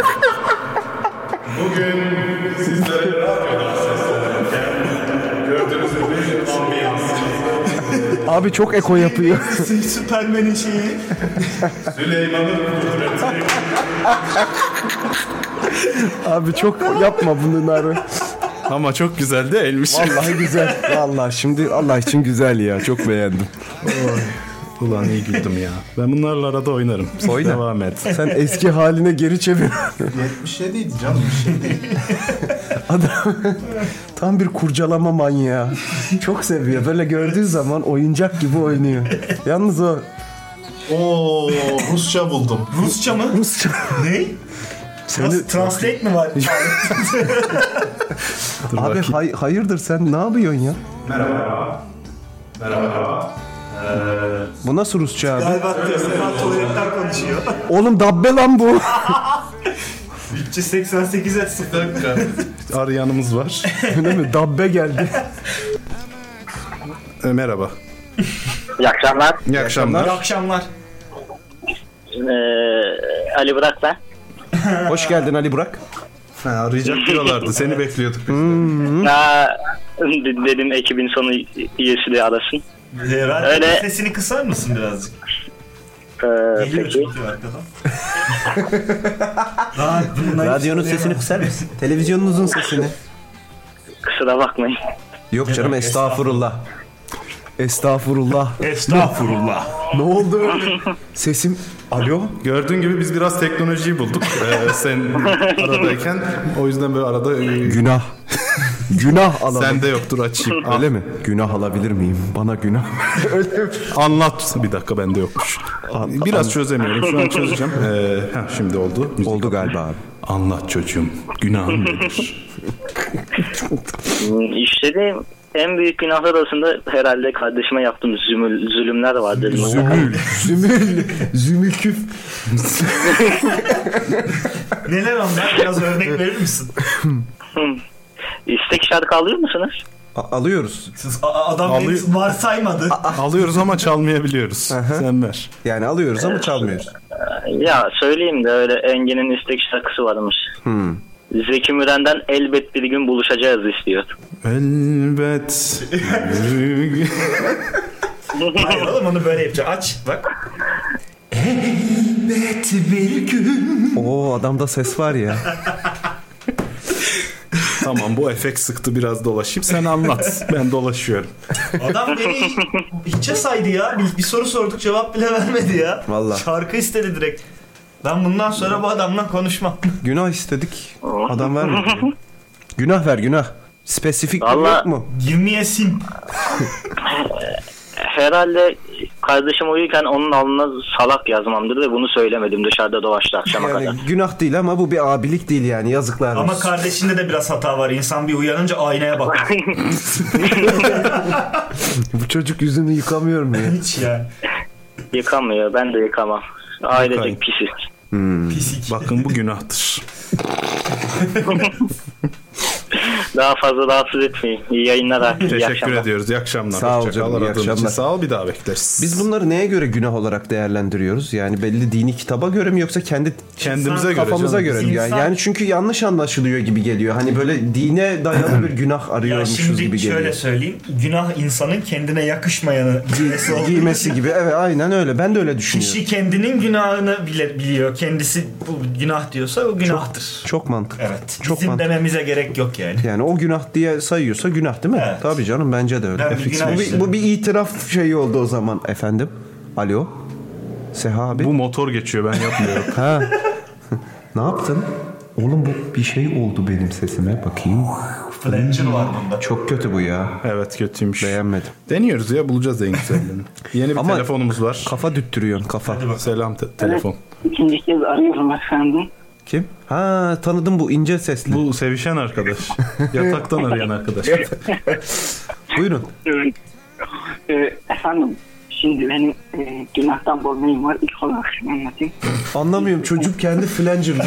Bugün sizlere radyodan seslenirken gördüğünüz gibi ambiyans. Abi çok eko yapıyor. Süpermen'in şeyi. Süleyman'ın kudreti. Abi çok yapma bunları. Ama çok güzel de elmiş. Vallahi güzel. Vallahi şimdi Allah için güzel ya. Çok beğendim. Ulan iyi güldüm ya. Ben bunlarla arada oynarım. Oyna. Devam et. Sen eski haline geri çevir. 77 idi canım, bir şey değil. Adam tam bir kurcalama manyağı. Çok seviyor. Böyle gördüğü zaman oyuncak gibi oynuyor. Yalnız o... Oo, Rusça buldum. Rusça mı? Rusça. Ne? Translate mi var? Abi hayırdır sen ne yapıyorsun ya? Merhaba. Bu nasıl Rusça abi? Galiba tuvaletten konuşuyor. Oğlum dabbe lan bu. 388 et 0. Arayanımız var. Öyle mi? Dabbe geldi. Merhaba. İyi akşamlar. İyi akşamlar. İyi akşamlar. Ali Burak ben. Hoş geldin Ali Burak. Arayacak diyorlardı. Seni bekliyorduk biz de. Dedim ekibin sonu üyesi de arasın. Öyle. Sesini kısar mısın birazcık? Peki. Radyonun sesini kısar mısın? Televizyonunuzun sesini. Kusura bakmayın. Yok canım, estağfurullah. Estağfurullah. Estağfurullah. Ne oldu? Sesim... Alo? Gördüğün gibi biz biraz teknolojiyi bulduk. Sen aradayken. O yüzden böyle arada... Günah. Günah alalım. Sende yoktur, açayım. Öyle mi? Günah alabilir miyim? Bana günah. Öyle mi? Anlat. Bir dakika, bende yokmuş. Biraz çözemiyorum. Şu an çözeceğim. Şimdi oldu. Oldu galiba abi. Anlat çocuğum. Günahın nedir? İşte de en büyük günahlar arasında herhalde kardeşime yaptığım zulümler vardır. Zümülküf. Neler onlar? Biraz örnek verir misin? İstek şarkı alıyor musunuz? Alıyoruz. Adam beni varsaymadı. Alıyoruz ama çalmayabiliyoruz. Sen ver. Yani alıyoruz ama çalmıyoruz. Ya söyleyeyim de öyle Engin'in istek şarkısı varmış. Zeki Müren'den elbet bir gün buluşacağız istiyor. Elbet. Hayır oğlum onu böyle yapacağım. Aç bak. Elbet bir gün. Oo adamda ses var ya. Tamam bu efekt sıktı, biraz dolaşayım. Sen anlat. Ben dolaşıyorum. Adam beni hiçe saydı ya. Bir soru sorduk cevap bile vermedi ya. Vallahi. Şarkı istedi direkt. Ben bundan sonra bu adamla konuşmam. Günah istedik. Adam vermedi. Günah ver günah. Spesifik yok mu? Girmeyesin. Herhalde kardeşim uyurken onun alnına salak yazmamdır ve bunu söylemedim, dışarıda dolaştı akşama Yani kadar. günah değil ama bu bir abilik değil yani, yazıklar olsun. Ama kardeşinde de biraz hata var. İnsan bir uyanınca aynaya bakar. Bu çocuk yüzünü yıkamıyor mu ya? Hiç yani. Yıkamıyor, ben de yıkamam. Ailecek pisiz. Pisik. Bakın bu günahtır. Daha fazla rahatsız etmeyin. İyi yayınlar abi. Teşekkür ediyoruz. İyi akşamlar. Sağ ol canım. İyi akşamlar. Sağ ol, bir daha bekleriz. Biz bunları neye göre günah olarak değerlendiriyoruz? Yani belli dini kitaba göre mi yoksa kendimize göre, kafamıza göre mi? Yani çünkü yanlış anlaşılıyor gibi geliyor. Hani böyle dine dayalı bir günah arıyormuşuz gibi geliyor. Şöyle söyleyeyim. Günah insanın kendine yakışmayanı giymesi gibi. Evet aynen öyle. Ben de öyle düşünüyorum. Kişi kendinin günahını biliyor. Kendisi bu günah diyorsa o günahtır. Çok mantıklı. Evet. Çok Bizim mantıklı. dememize gerek yok yani. Yani o günah diye sayıyorsa günah değil mi? Evet. Tabii canım, bence de öyle. Bu bir itiraf şeyi oldu o zaman efendim. Alo. Seha abi. Bu motor geçiyor, ben yapmıyorum. Ha. Ne yaptın? Oğlum bu bir şey oldu benim sesime. Bakayım. Flanger var bunda. Çok kötü bu ya. Evet, kötüymüş. Beğenmedim. Deniyoruz ya, bulacağız en güzellerini. Yeni bir telefonumuz var. Kafa düttürüyorsun kafa. Selam telefon. İkinci kez arıyorum efendim. Kim? Ha, tanıdım, bu ince sesli. Bu sevişen arkadaş. Yataktan arayan arkadaş. Buyurun. Efendim şimdi benim günahtan bol neyim var, ilk olarak şunu anlatayım. Anlamıyorum, çocuk kendi flanger'dı.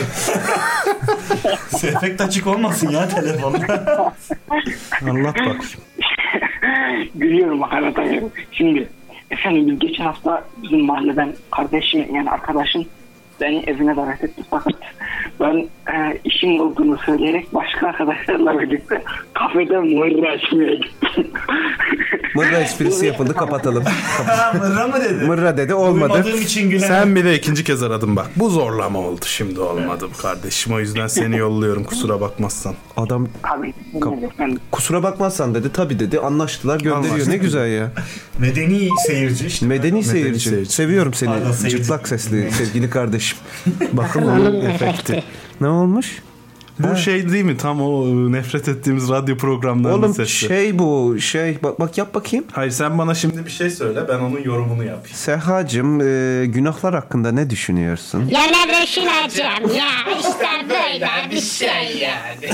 Efekt açık olmasın ya telefonda. Anlat bak. Gülüyorum bak, anlatamıyorum. Şimdi efendim biz geçen hafta bizim mahalleden kardeşim, yani arkadaşım beni evine davet etti, fakat ben işim olduğunu söyleyerek başka arkadaşlarla birlikte kafede mırra içmeye gittim. Mırra esprisi yapıldı, kapatalım. Mırra mı dedi? Mırra dedi, olmadı. Duymadığım için gülen. Sen bir de ikinci kez aradın bak. Bu zorlama oldu, şimdi olmadı bu kardeşim. O yüzden seni yolluyorum, kusura bakmazsan. Adam kusura bakmazsan dedi, tabii dedi, anlaştılar, gönderiyor. Anlaştık. Ne güzel ya. Medeni seyirci işte. Medeni seyirci. Seviyorum seni. Pardon, seyirci. Cıplak sesli sevgili kardeşim. Bakın onun efekti. Ne olmuş? Bu şey değil mi? Tam o nefret ettiğimiz radyo programlarının Oğlum sesi. Bak yap bakayım. Hayır, sen bana şimdi bir şey söyle, ben onun yorumunu yapayım. Sehacığım, günahlar hakkında ne düşünüyorsun? Ya ne düşüneceğim ya, işte böyle bir şey yani.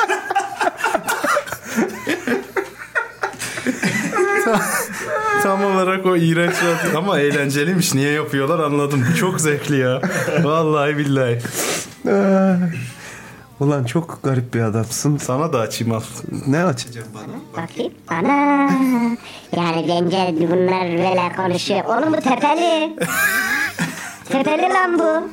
Tam olarak o iğrenç radyo ama eğlenceliymiş. Niye yapıyorlar anladım. Çok zevkli ya. Vallahi billahi. Ulan çok garip bir adamsın. Sana da açayım al. Ne açacağım bana? Bakayım. Ana. Yani gence bunlar böyle konuşuyor. Oğlum bu tepeli. Tepeli lan bu.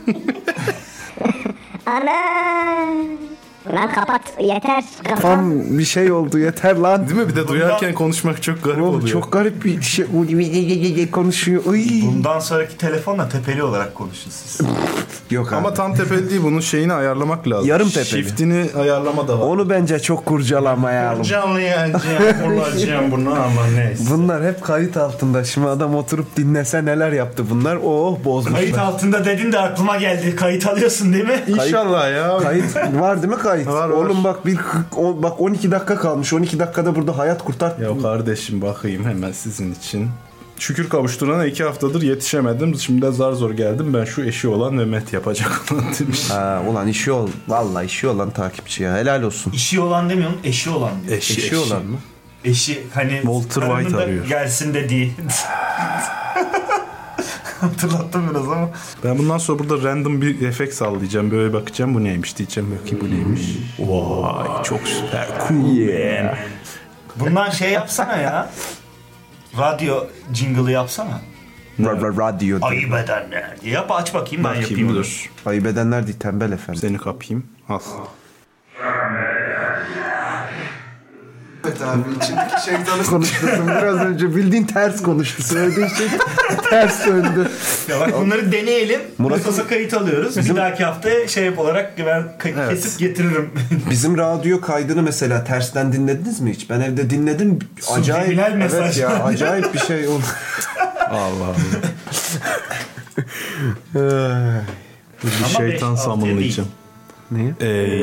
Ana. Ulan kapat yeter. Tam bir şey oldu, yeter lan. Değil mi? Bir de duyarken konuşmak çok garip oluyor. Çok garip bir şey konuşuyor. Bundan sonraki telefonla tepeli olarak konuşun siz. Yok ama abi. tam tepeli değil, bunun şeyini ayarlamak lazım. Yarım tepeli. Shift'ini ayarlama da var. Onu bence çok kurcalamayalım. Kurcalayacağım bunu ama neyse. Bunlar hep kayıt altında. Şimdi adam oturup dinlese neler yaptı bunlar. Oh, bozmuşlar. Kayıt altında dedin de aklıma geldi. Kayıt alıyorsun değil mi? İnşallah ya. Kayıt var değil mi kayıt? Var. Oğlum bak bak 12 dakika kalmış. 12 dakikada burada hayat kurtar. Ya kardeşim bakayım hemen sizin için. Şükür kavuşturana 2 haftadır yetişemedim. Şimdi de zar zor geldim. Ben şu eşi olan Mehmet yapacak olan demiş. Ulan işi vallahi işi olan takipçi ya. Helal olsun. İşi olan demiyorum, eşi olan diyor. Eşi olan mı? Eşi hani Walter White arıyor. Gelsin dediği. Hatırlattım biraz ama. Ben bundan sonra burada random bir efekt sallayacağım. Böyle bakacağım bu neymiş diyeceğim. Bakayım bu neymiş. Vay çok süper. Cool yeah. Bundan şey yapsana ya. Radyo jingle'ı yapsana. Radyo. Ayıp edenler. Yap aç bakayım ben yapayım. Dur. Ayıp edenler değil tembel efendim. Seni kapayım. Al. Evet abi içindeki şeytanı konuşturdum. Biraz önce bildiğin ters konuştu. Söylediğin şey ters döndü. Ya bak bunları deneyelim. Murat'a kayıt alıyoruz. Bir dahaki hafta şey olarak ben kesip getiririm. Bizim radyo kaydını mesela tersten dinlediniz mi hiç? Ben evde dinledim. Acayip. Evet ya acayip bir şey oldu. Allah Allah. Bir şeytan samınlayacağım. Ne?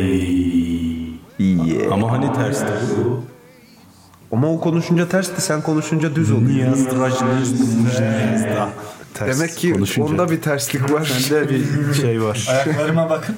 Yeah. Ama hani tersti. Ama o konuşunca tersti, sen konuşunca düz oluyor. Demek ki konuşunca. Onda bir terslik var. Sende bir şey var. Ayaklarıma bakın.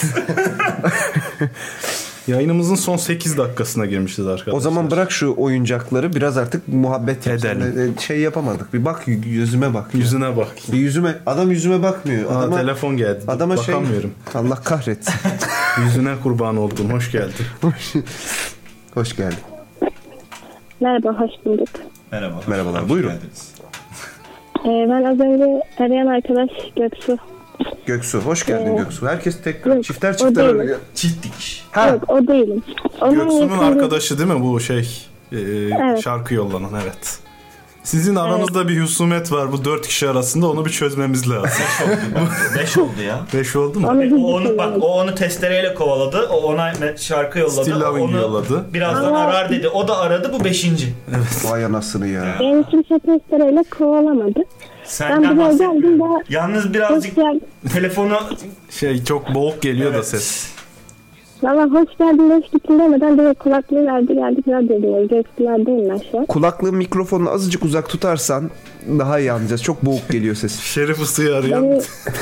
Yayınımızın son 8 dakikasına girmişiz arkadaşlar. O zaman bırak şu oyuncakları, biraz artık muhabbet edelim. Şey yapamadık. Bir bak yüzüme bak. Yüzüne bak. Bir yüzüme. Adam yüzüme bakmıyor. Adama telefon geldi. Adama bakamıyorum. Allah kahretsin. Yüzüne kurban oldum. Hoş geldin. Hoş geldin. Merhaba, hoş bulduk. Merhaba. Merhabalar. Buyurun. Ben az önce arayan arkadaş Göksu. Göksu, hoş geldin Göksu. Herkes tekrar çifter öyle gel. Çift dikiş. Yok, o değilim. Göksu'nun arkadaşı değil mi bu şey? Evet. Şarkı yollanan, evet. Sizin aranızda bir husumet var bu 4 kişi arasında, onu bir çözmemiz lazım. 5 oldu ya. 5 oldu mu? O onu testereyle kovaladı. O ona şarkı yolladı. Still Loving yolladı. Birazdan arar dedi. O da aradı, bu 5. Evet. Vay anasını ya. Beni kimse testereyle kovalamadı. Senden bahsetmiyorum. Yalnız birazcık telefonu çok boğuk geliyor da ses. Valla hoş geldin, hoş gittin demeden direkt kulaklığı geldik radyo diyor. Göksulardayım ben şu an. Kulaklığın mikrofonunu azıcık uzak tutarsan daha iyi anlayacağız. Çok boğuk geliyor ses. Şerif Isı'yı arayan.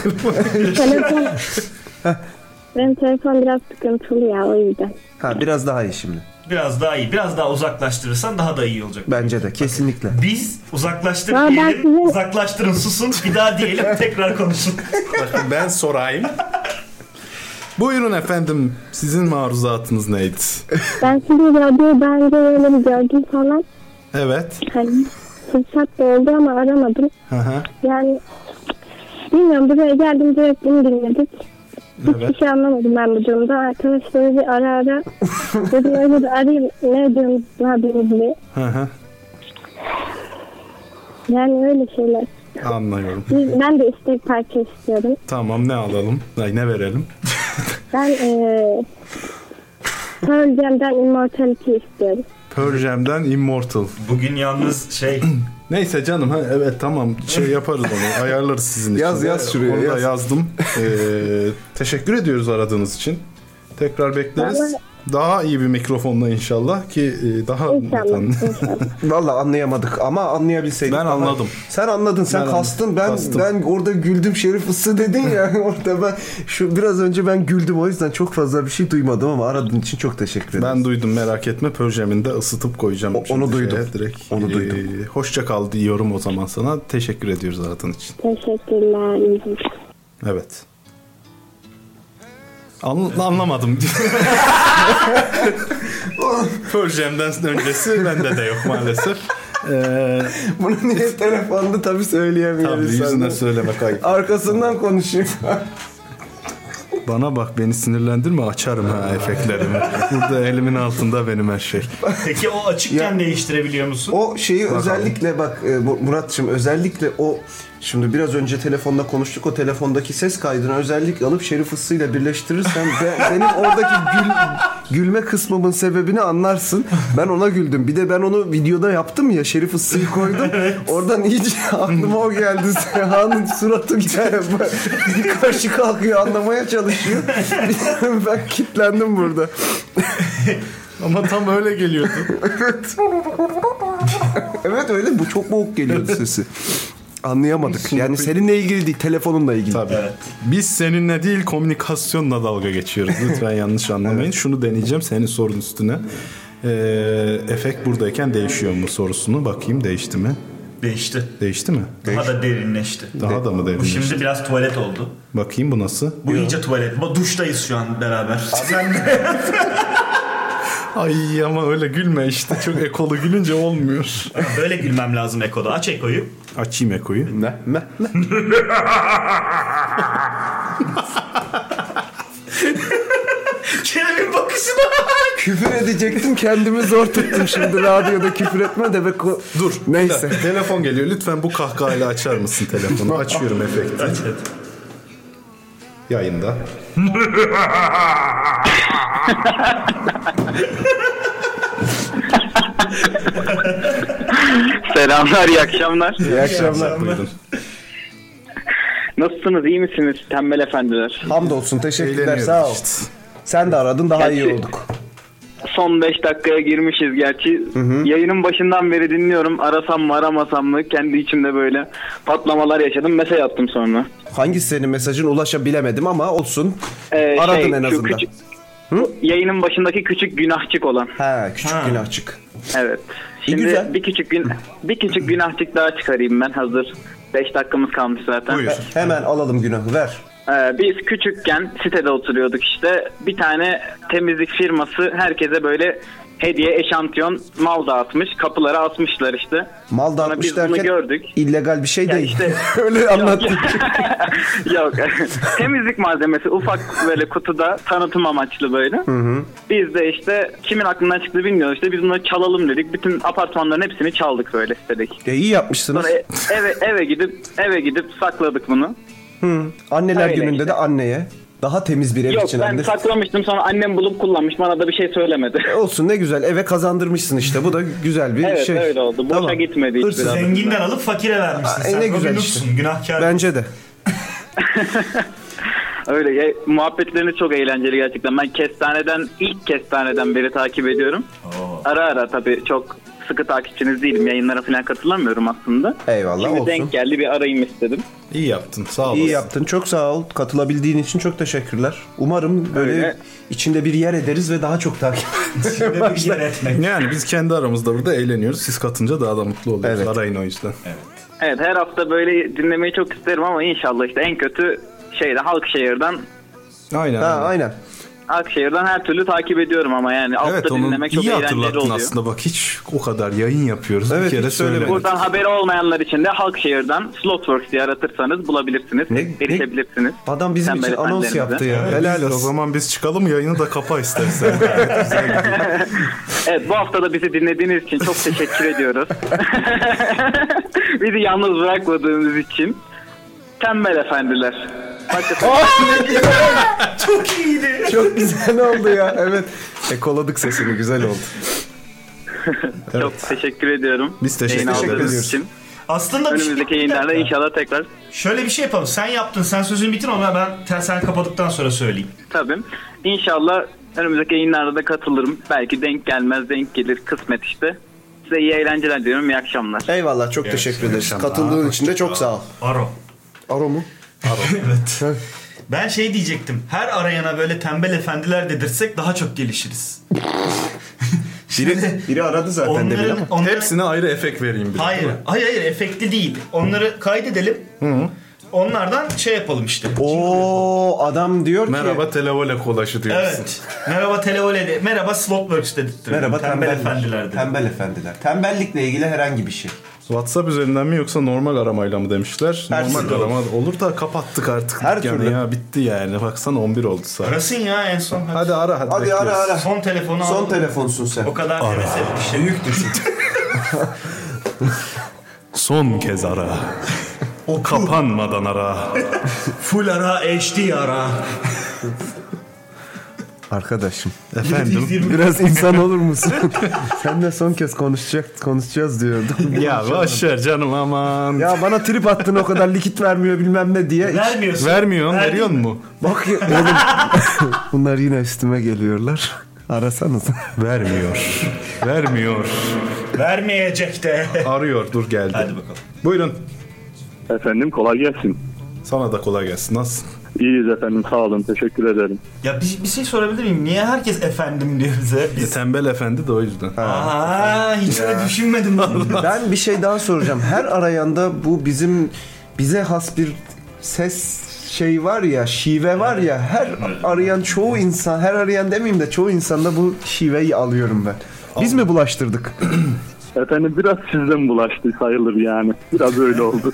Benim telefon biraz sıkıntılı ya, o yüzden. Biraz daha iyi şimdi. Biraz daha iyi. Biraz daha uzaklaştırırsan daha da iyi olacak. Bence de kesinlikle. Biz diyelim, uzaklaştırın, susun, bir daha diyelim, tekrar konuşun. Bakın ben sorayım. Buyurun efendim, sizin maruzatınız neydi? Ben şimdi radyoyu daha önce öyle bir gördüm falan. Evet. Hani fırsat da oldu ama aramadım. Hı. Yani bilmiyorum, buraya geldim direkt bunu dinledik. Evet. Hiçbir şey anlamadım ben bu durumda. Arkadaşları bir ara dedim öyle bir arayayım, ne diyorsunuz radyoyu diye. Hı. Yani öyle şeyler. Anlıyorum. Ben de istek parça istiyorum. Tamam, ne alalım? Ne verelim? Ben Pearl Jam'den Immortality istiyorum. Pearl Jam'den Immortal. Bugün yalnız Neyse canım, evet tamam, yaparız onu, ayarlarız sizin için. Yaz şuraya. Onu da yazdım. Teşekkür ediyoruz aradığınız için. Tekrar bekleriz. Daha iyi bir mikrofonla inşallah ki daha... İnşallah. Vallahi anlayamadık ama anlayabilseydik. Ben anladım. Sen anladın, sen kastın. Ben orada güldüm, Şerif Isı dedin ya. Orada ben biraz önce ben güldüm, o yüzden çok fazla bir şey duymadım ama aradığın için çok teşekkür ederim. Ben duydum, merak etme. Projemini de ısıtıp koyacağım. Onu duydum. Direkt. Onu duydum. Hoşça kal diyorum o zaman sana. Teşekkür ediyoruz aradığın için. Teşekkürler. Evet. Anlamadım. Pearl Jam'den öncesi bende de yok maalesef. Bunu niye telefonda tabii söyleyemiyoruz. Tabii yüzüne söylemek ayıp. Arkasından konuşayım. Bana bak, beni sinirlendirme, açarım efektlerimi. Burada elimin altında benim her şey. Peki o açıkken değiştirebiliyor musun? O şeyi bakalım. Özellikle bak Murat'cığım, özellikle o şimdi biraz önce telefonda konuştuk, o telefondaki ses kaydını özellikle alıp Şerif Isı'yla birleştirirsen benim oradaki gülme kısmımın sebebini anlarsın. Ben ona güldüm. Bir de ben onu videoda yaptım ya, Şerif Isı'yı koydum. Evet. Oradan iyice aklıma o geldi. Seha'nın suratı karşı kalkıyor, anlamaya çalışıyor. Ben kilitlendim burada. Ama tam öyle geliyordu. Evet. Evet öyle, bu çok boğuk geliyordu sesi. Anlayamadık. Yani seninle ilgili değil, telefonunla ilgili. Tabii. Evet. Biz seninle değil, komünikasyonla dalga geçiyoruz. Lütfen yanlış anlamayın. Evet. Şunu deneyeceğim senin sorun üstüne. Efekt buradayken değişiyor mu sorusunu bakayım, değişti mi? Değişti. Değişti mi? Daha da derinleşti. Daha da mı derinleşti? Bu şimdi biraz tuvalet oldu. Bakayım bu nasıl? Bu iyice tuvalet. Duştayız şu an beraber. Sen de. Ay ama öyle gülme işte. Çok ekolu gülünce olmuyor. Böyle gülmem lazım ekoda. Aç ekoyu. Açayım ekoyu. Ne? Kerem'in bakışına. Küfür edecektim, kendimi zor tuttum şimdi. Radyoda küfür etme de dur. Neyse. Telefon geliyor. Lütfen bu kahkahayla açar mısın telefonu? Açıyorum efekti. Aç hadi. Yayında. Selamlar, iyi akşamlar. İyi akşamlar. Nasılsınız, iyi misiniz tembel efendiler? Hamdolsun, teşekkürler, sağ ol. Sen de aradın, daha iyi olduk. Son 5 dakikaya girmişiz gerçi. Yayının başından beri dinliyorum. Arasam mı aramasam mı kendi içimde böyle patlamalar yaşadım. Mesaj attım sonra. Hangisi senin mesajın, ulaşabilemedim ama olsun. Aradın en azından. Yayının başındaki küçük günahçık olan. Küçük günahçık. Evet. Şimdi güzel. bir küçük günahçık daha çıkarayım ben, hazır 5 dakikamız kalmış zaten. Buyur. Hemen alalım günahı, ver. Biz küçükken sitede oturuyorduk işte. Bir tane temizlik firması herkese böyle hediye, eşantiyon mal dağıtmış. Kapılara asmışlar işte. Mal dağıtmış biz derken bunu gördük. illegal bir şey Ya değil. işte, öyle anlattın. Yok. Temizlik malzemesi ufak böyle kutuda, tanıtım amaçlı böyle. Biz de işte kimin aklından çıktı bilmiyoruz. İşte biz bunları çalalım dedik. Bütün apartmanların hepsini çaldık böyle sitedeki. İyi yapmışsınız. Sonra eve gidip sakladık bunu. Anneler Öyle gününde işte. de anneye. Daha temiz bir ev Yok, için. ben saklamıştım, sonra annem bulup kullanmış, bana da bir şey söylemedi. Olsun, ne güzel, eve kazandırmışsın işte, bu da güzel bir evet, şey. Evet, öyle oldu, boşa gitmedi hiçbir Hırsız. zaman. Zenginden alıp fakire vermişsin. Sen ne güzel Robin işte. Hood'sun, günahkar. Bence de. Öyle ya, muhabbetleriniz çok eğlenceli gerçekten. Ben ilk kestaneden beri takip ediyorum. Ara tabii çok sıkı takipçiniz değilim. Yayınlara falan katılamıyorum aslında. Eyvallah, Şimdi olsun. denk geldi, bir arayayım istedim. İyi yaptın, sağ olasın. İyi yaptın, çok sağ ol. Katılabildiğin için çok teşekkürler. Umarım böyle içinde bir yer ederiz ve daha çok takip Yani biz kendi aramızda burada eğleniyoruz. Siz katınca daha da mutlu oluyoruz. Arayın o yüzden. Evet, her hafta böyle dinlemeyi çok isterim ama inşallah işte en kötü Halkşehir'den. Aynen. Halkşehir'den her türlü takip ediyorum ama yani altta dinlemek çok iyi eğlenceli hatırlattın oluyor. aslında, bak hiç o kadar yayın yapıyoruz. Evet, bir kere söylemedik. Buradan haberi olmayanlar için de Halkşehir'den Slotworks diye aratırsanız bulabilirsiniz. Erişebilirsiniz. Adam bizim için anons yaptı ya. Helal olsun. O zaman biz çıkalım, yayını da kapa istersen. Evet, bu hafta da bizi dinlediğiniz için çok teşekkür ediyoruz. Bizi yalnız bırakmadığınız için. Tembel efendiler. Çok iyiydi. Çok güzel oldu ya. Evet. Ekoladık sesini, güzel oldu. Çok teşekkür ediyorum. Biz teşekkür ederiz. Aslında önümüzdeki yayınlarda inşallah tekrar. Şöyle bir şey yapalım. Sen yaptın. Sen sözünü bitir, ama ben sen kapadıktan sonra söyleyeyim. Tabii. İnşallah önümüzdeki yayınlarda da katılırım. Belki denk gelmez, denk gelir. Kısmet işte. Size iyi eğlenceler diyorum. İyi akşamlar. Eyvallah, çok teşekkür ederiz. Katıldığın için de çok sağ ol. Aro mu? Evet. Ben diyecektim. Her arayana böyle tembel efendiler dedirsek daha çok gelişiriz. Biri aradı zaten demin ama. Hepsine ayrı efekt vereyim. Hayır, efektli değil. Onları kaydedelim. Onlardan yapalım işte. Adam diyor ki. Merhaba televole kolaşı diyorsun. Evet. Merhaba televole de. Merhaba Slotworks dedirttim. Merhaba tembel efendiler dedim. Tembel efendiler. Tembellikle ilgili herhangi bir şey. WhatsApp üzerinden mi yoksa normal aramayla mı demişler? Normal arama olur da kapattık artık. Her türlü. Ya bitti yani. Baksana 11 oldu saat. Arasın ya en son. Hadi ara. Hadi ara. Son telefonu Son telefonsun sen. O kadar hevesli bir şey. Büyük düşün. Son kez ara. O kapanmadan ara. Full ara, HD ara. Arkadaşım. Efendim. Biraz insan olur musun? Sen de son kez konuşacağız diyordun. Ya boşver canım, aman. Ya bana trip attın, o kadar likit vermiyor bilmem ne diye. Vermiyorsun. Veriyor mu? Bak oğlum. Bunlar yine üstüme geliyorlar. Arasanız. Vermiyor. Vermeyecek de. Arıyor, dur geldi. Hadi bakalım. Buyurun. Efendim, kolay gelsin. Sana da kolay gelsin. Nasılsın? İyiyiz efendim, sağ olun, teşekkür ederim. Ya bir şey sorabilir miyim? Niye herkes efendim diyor bize? Tembel efendi de o yüzden. Hiç öyle düşünmedim ben. Ben bir şey daha soracağım. Her arayanda bu bize has bir ses şey var ya, şive var ya, her arayan çoğu insan, her arayan demeyeyim de çoğu insanda bu şiveyi alıyorum ben. Biz mi bulaştırdık? Efendim biraz sizden bulaştı sayılır yani. Biraz öyle oldu.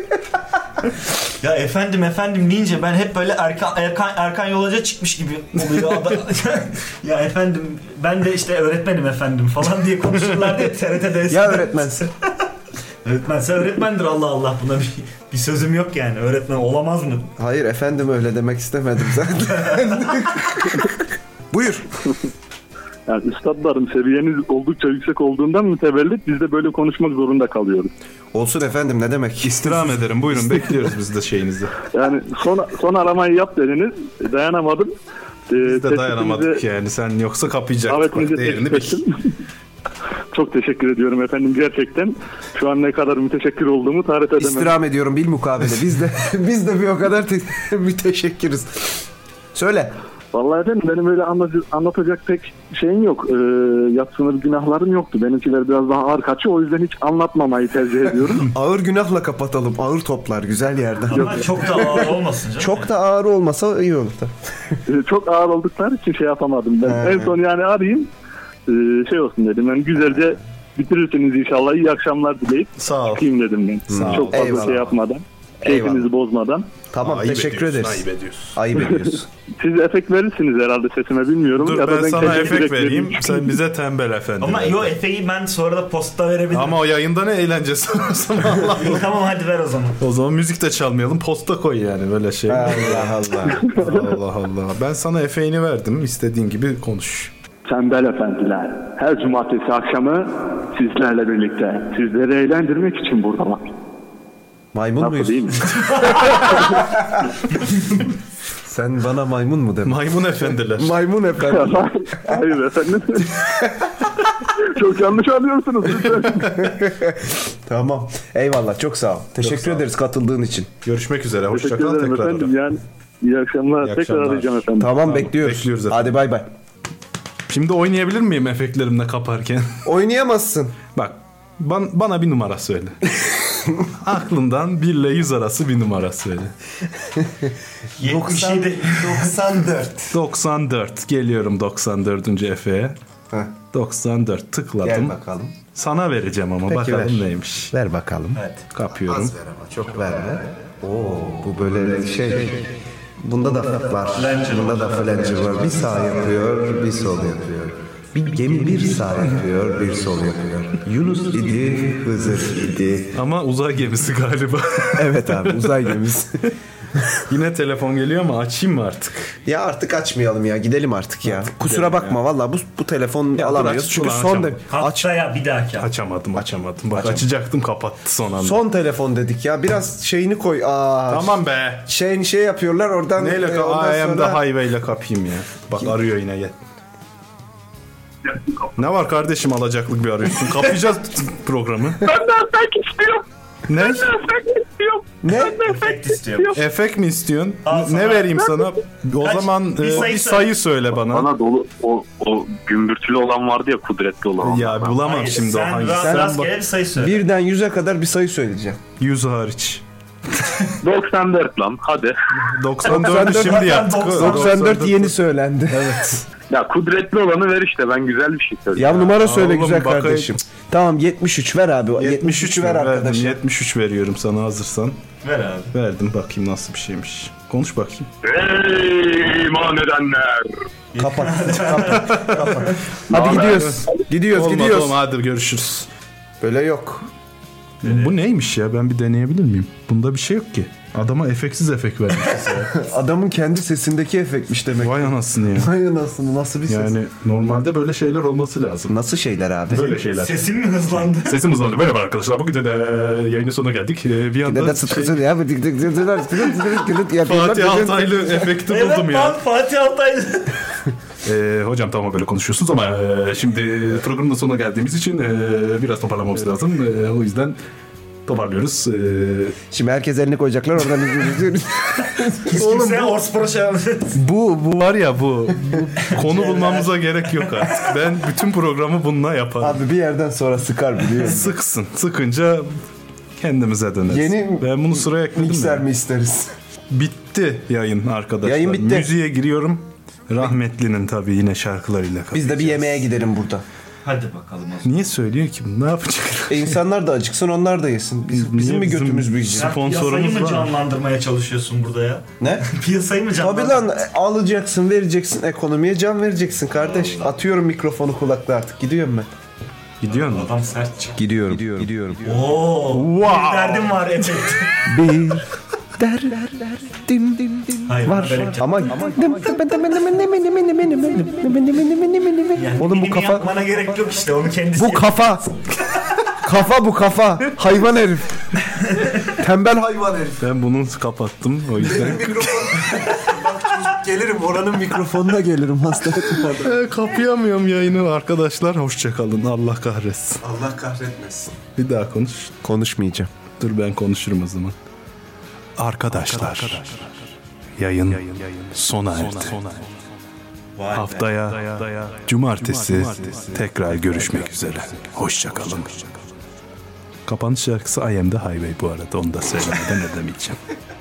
Ya efendim deyince ben hep böyle Erkan Yolaca çıkmış gibi oluyor. Ya efendim ben de işte öğretmenim efendim falan diye konuşurlar diye TRT'de. Ya öğretmensin. Öğretmense öğretmendir, Allah Allah, buna bir sözüm yok yani. Öğretmen olamaz mı? Hayır efendim, öyle demek istemedim zaten. Buyur. Yani üstadlarım, seviyeniz oldukça yüksek olduğundan mütevellit biz de böyle konuşmak zorunda kalıyoruz. Olsun efendim, ne demek? İstirham ederim, buyurun, bekliyoruz biz de şeyinizi. Yani son aramayı yap dediniz, dayanamadım. Biz de dayanamadık yani, sen yoksa kapayacaktık, bak değerini bil. Çok teşekkür ediyorum efendim, gerçekten. Şu an ne kadar müteşekkir olduğumu tarif edemem. İstirham ediyorum bil mukabele. Biz de bir o kadar müteşekkiriz. Söyle. Vallahi efendim benim öyle anlatacak pek şeyim yok. Yatsınır günahlarım yoktu. Benimkiler biraz daha ağır kaçıyor. O yüzden hiç anlatmamayı tercih ediyorum. Ağır günahla kapatalım. Ağır toplar güzel yerden. Ama çok da ağır olmasın canım. Çok da ağır olmasa iyi olur da. Çok ağır oldukları için şey yapamadım ben. En son yani arayayım. Şey olsun dedim. Yani güzelce bitirirsiniz inşallah. İyi akşamlar dileyip çıkayım dedim ben. Çok fazla eyvallah. Şey yapmadan. Keyfinizi bozmadan. Tamam, teşekkür ederiz. Ayıp ediyorsun. Siz efekt verirsiniz herhalde sesime, bilmiyorum. Dur, ya ben sana efekt vereyim. Sen bize tembel efendim. Ama yo, efeyi ben sonra da posta verebilirim. Ama o yayında ne eğlencesi olursa Allah. Tamam hadi ver o zaman. O zaman müzik de çalmayalım, posta koy yani, böyle şey. Allah Allah. Allah Allah. Ben sana efeğini verdim. İstediğin gibi konuş. Tembel efendiler, her cumartesi akşamı sizlerle birlikte sizleri eğlendirmek için buradalar. Maymun muyuz? Değil mi? Sen bana maymun mu dedin? Maymun efendiler. Maymun efendiler. Hayır efendim. Çok yanlış anlıyorsunuz. Tamam. Eyvallah, çok sağ ol. Teşekkür ederiz katıldığın için. Görüşmek üzere. Hoşça Teşekkür kal. ederim Tekrar efendim. Yani, iyi akşamlar. Tekrar arayacağım efendim. Tamam, bekliyoruz. Bekliyoruz hadi bay bay. Şimdi oynayabilir miyim efektlerimle kaparken? Oynayamazsın. Bak bana bir numara söyle. Aklından 1 ile 100 arası bir numara söyle. 77. 94. Geliyorum 94. Efe'ye. 94 tıkladım. Gel bakalım. Sana vereceğim ama peki, bakalım ver. Neymiş. Ver bakalım. Evet. Kapıyorum. Az ver ama çok verme. Oo, bu böyle şey. Bunda da var. Bunda da flanger var. Bir sağ yapıyor, bir sol yapıyor. Bir gemi bir sağ yapıyor, bir sol yapıyor. Yunus idi, Hızır idi. Ama uzay gemisi galiba. Evet abi, uzay gemisi. Yine telefon geliyor ama açayım mı artık? Ya artık açmayalım ya, gidelim artık ya. Artık kusura bakma ya. Valla bu telefon ya alamıyoruz. Çünkü son haftaya bir dahaki. Açamadım. Bak açacaktım, kapattı son anda. Son telefon dedik ya. Biraz şeyini koy. Tamam be. Şey yapıyorlar oradan. Neyle I am the highway ile kapayım ya. Bak arıyor yine, gel. Ne var kardeşim, alacaklık bir arıyorsun. Kapayacağız programı. Ben de efekt istiyorum. Ne? Ben de efekt istiyorum. Ne? Ben de efekt istiyorum. Efekt mi istiyorsun? Ne vereyim sana? O zaman bir sayı söyle bana. Bana dolu o gümbürtülü olan vardı ya, kudretli olan. Ya bulamam. Hayır, şimdi o hangisi. Sen rastgele bir sayı söyle. 1'den 100'e kadar bir sayı söyleyeceğim. 100 hariç. 94 lan hadi. 94 şimdi yaptık. 94 yeni söylendi. Evet. Ya kudretli olanı ver işte, ben güzel bir şey söyleyeyim. Ya numara söyle oğlum, güzel kardeşim. Tamam 73 ver abi. 73 ver arkadaşım. 73 veriyorum sana, hazırsan. Ver abi. Verdim, bakayım nasıl bir şeymiş. Konuş bakayım. Ey iman edenler. Kapat. Hadi gidiyoruz. Gidiyoruz. Hadi görüşürüz. Böyle yok. Bu neymiş ya, ben bir deneyebilir miyim? Bunda bir şey yok ki. Adama efektsiz efekt vermişiz ya. Adamın kendi sesindeki efektmiş demek. Vay anasını ya. Vay anasını, nasıl bir ses? Yani normalde böyle şeyler olması lazım. Nasıl şeyler abi? Böyle şeyler. Sesim mi hızlandı? Sesim hızlandı. Merhaba arkadaşlar. Bugün de yayının sonuna geldik. Bir anda Fatih Altaylı efekti buldum ya. Fatih Altaylı. Hocam tamam böyle konuşuyorsunuz ama şimdi programın sonuna geldiğimiz için biraz toparlamamız lazım. O yüzden Toparlıyoruz. Şimdi herkes elini koyacaklar oradan Oğlum bu var ya bu konu bulmamıza gerek yok artık. Ben bütün programı bununla yaparım. Abi bir yerden sonra sıkar biliyor musun? Sıksın. Sıkınca kendimize döneriz. Yeni ben bunu sıraya ekledim. Mikser mi isteriz? Bitti yayın arkadaşlar. Yayın bitti. Müziğe giriyorum. Rahmetlinin tabii yine şarkılarıyla kapatacağız. Biz de bir yemeğe gidelim burada. Hadi bakalım. Niye söylüyor ki? Ne yapacak? İnsanlar da acıksın, onlar da yesin. Bizim mi götümüz büyüyecek? Piyasayı mı canlandırmaya çalışıyorsun burada ya? Ne? Piyasayı mı canlandırmaya? Tabii lan, alacaksın, vereceksin, ekonomiye can vereceksin kardeş. Allah. Atıyorum mikrofonu kulakla artık. Gidiyorum ben. Gidiyor mu? Adam sert çıktı. Gidiyorum. Oo. Wow. Bir derdim var efekt. Bir dim hayır, var. Ama yani oğlum bu kafa yapmana gerek yok işte, onu kendisi. Bu kafa. Bu kafa. Hayvan herif. Tembel hayvan herif. Ben bunu kapattım o yüzden. Gelirim oranın mikrofonuna gelirim hasta etmeden. Kapayamıyorum yayını arkadaşlar. Hoşçakalın. Allah kahretsin. Allah kahretmesin. Bir daha konuş. Konuşmayacağım. Dur ben konuşurum o zaman. Arkadaşlar. Yayın sona erdi. Haftaya cumartesi tekrar görüşmek üzere. Hoşçakalın. Kapanış şarkısı I Am The Highway bu arada. Onu da söylemeden edemeyeceğim.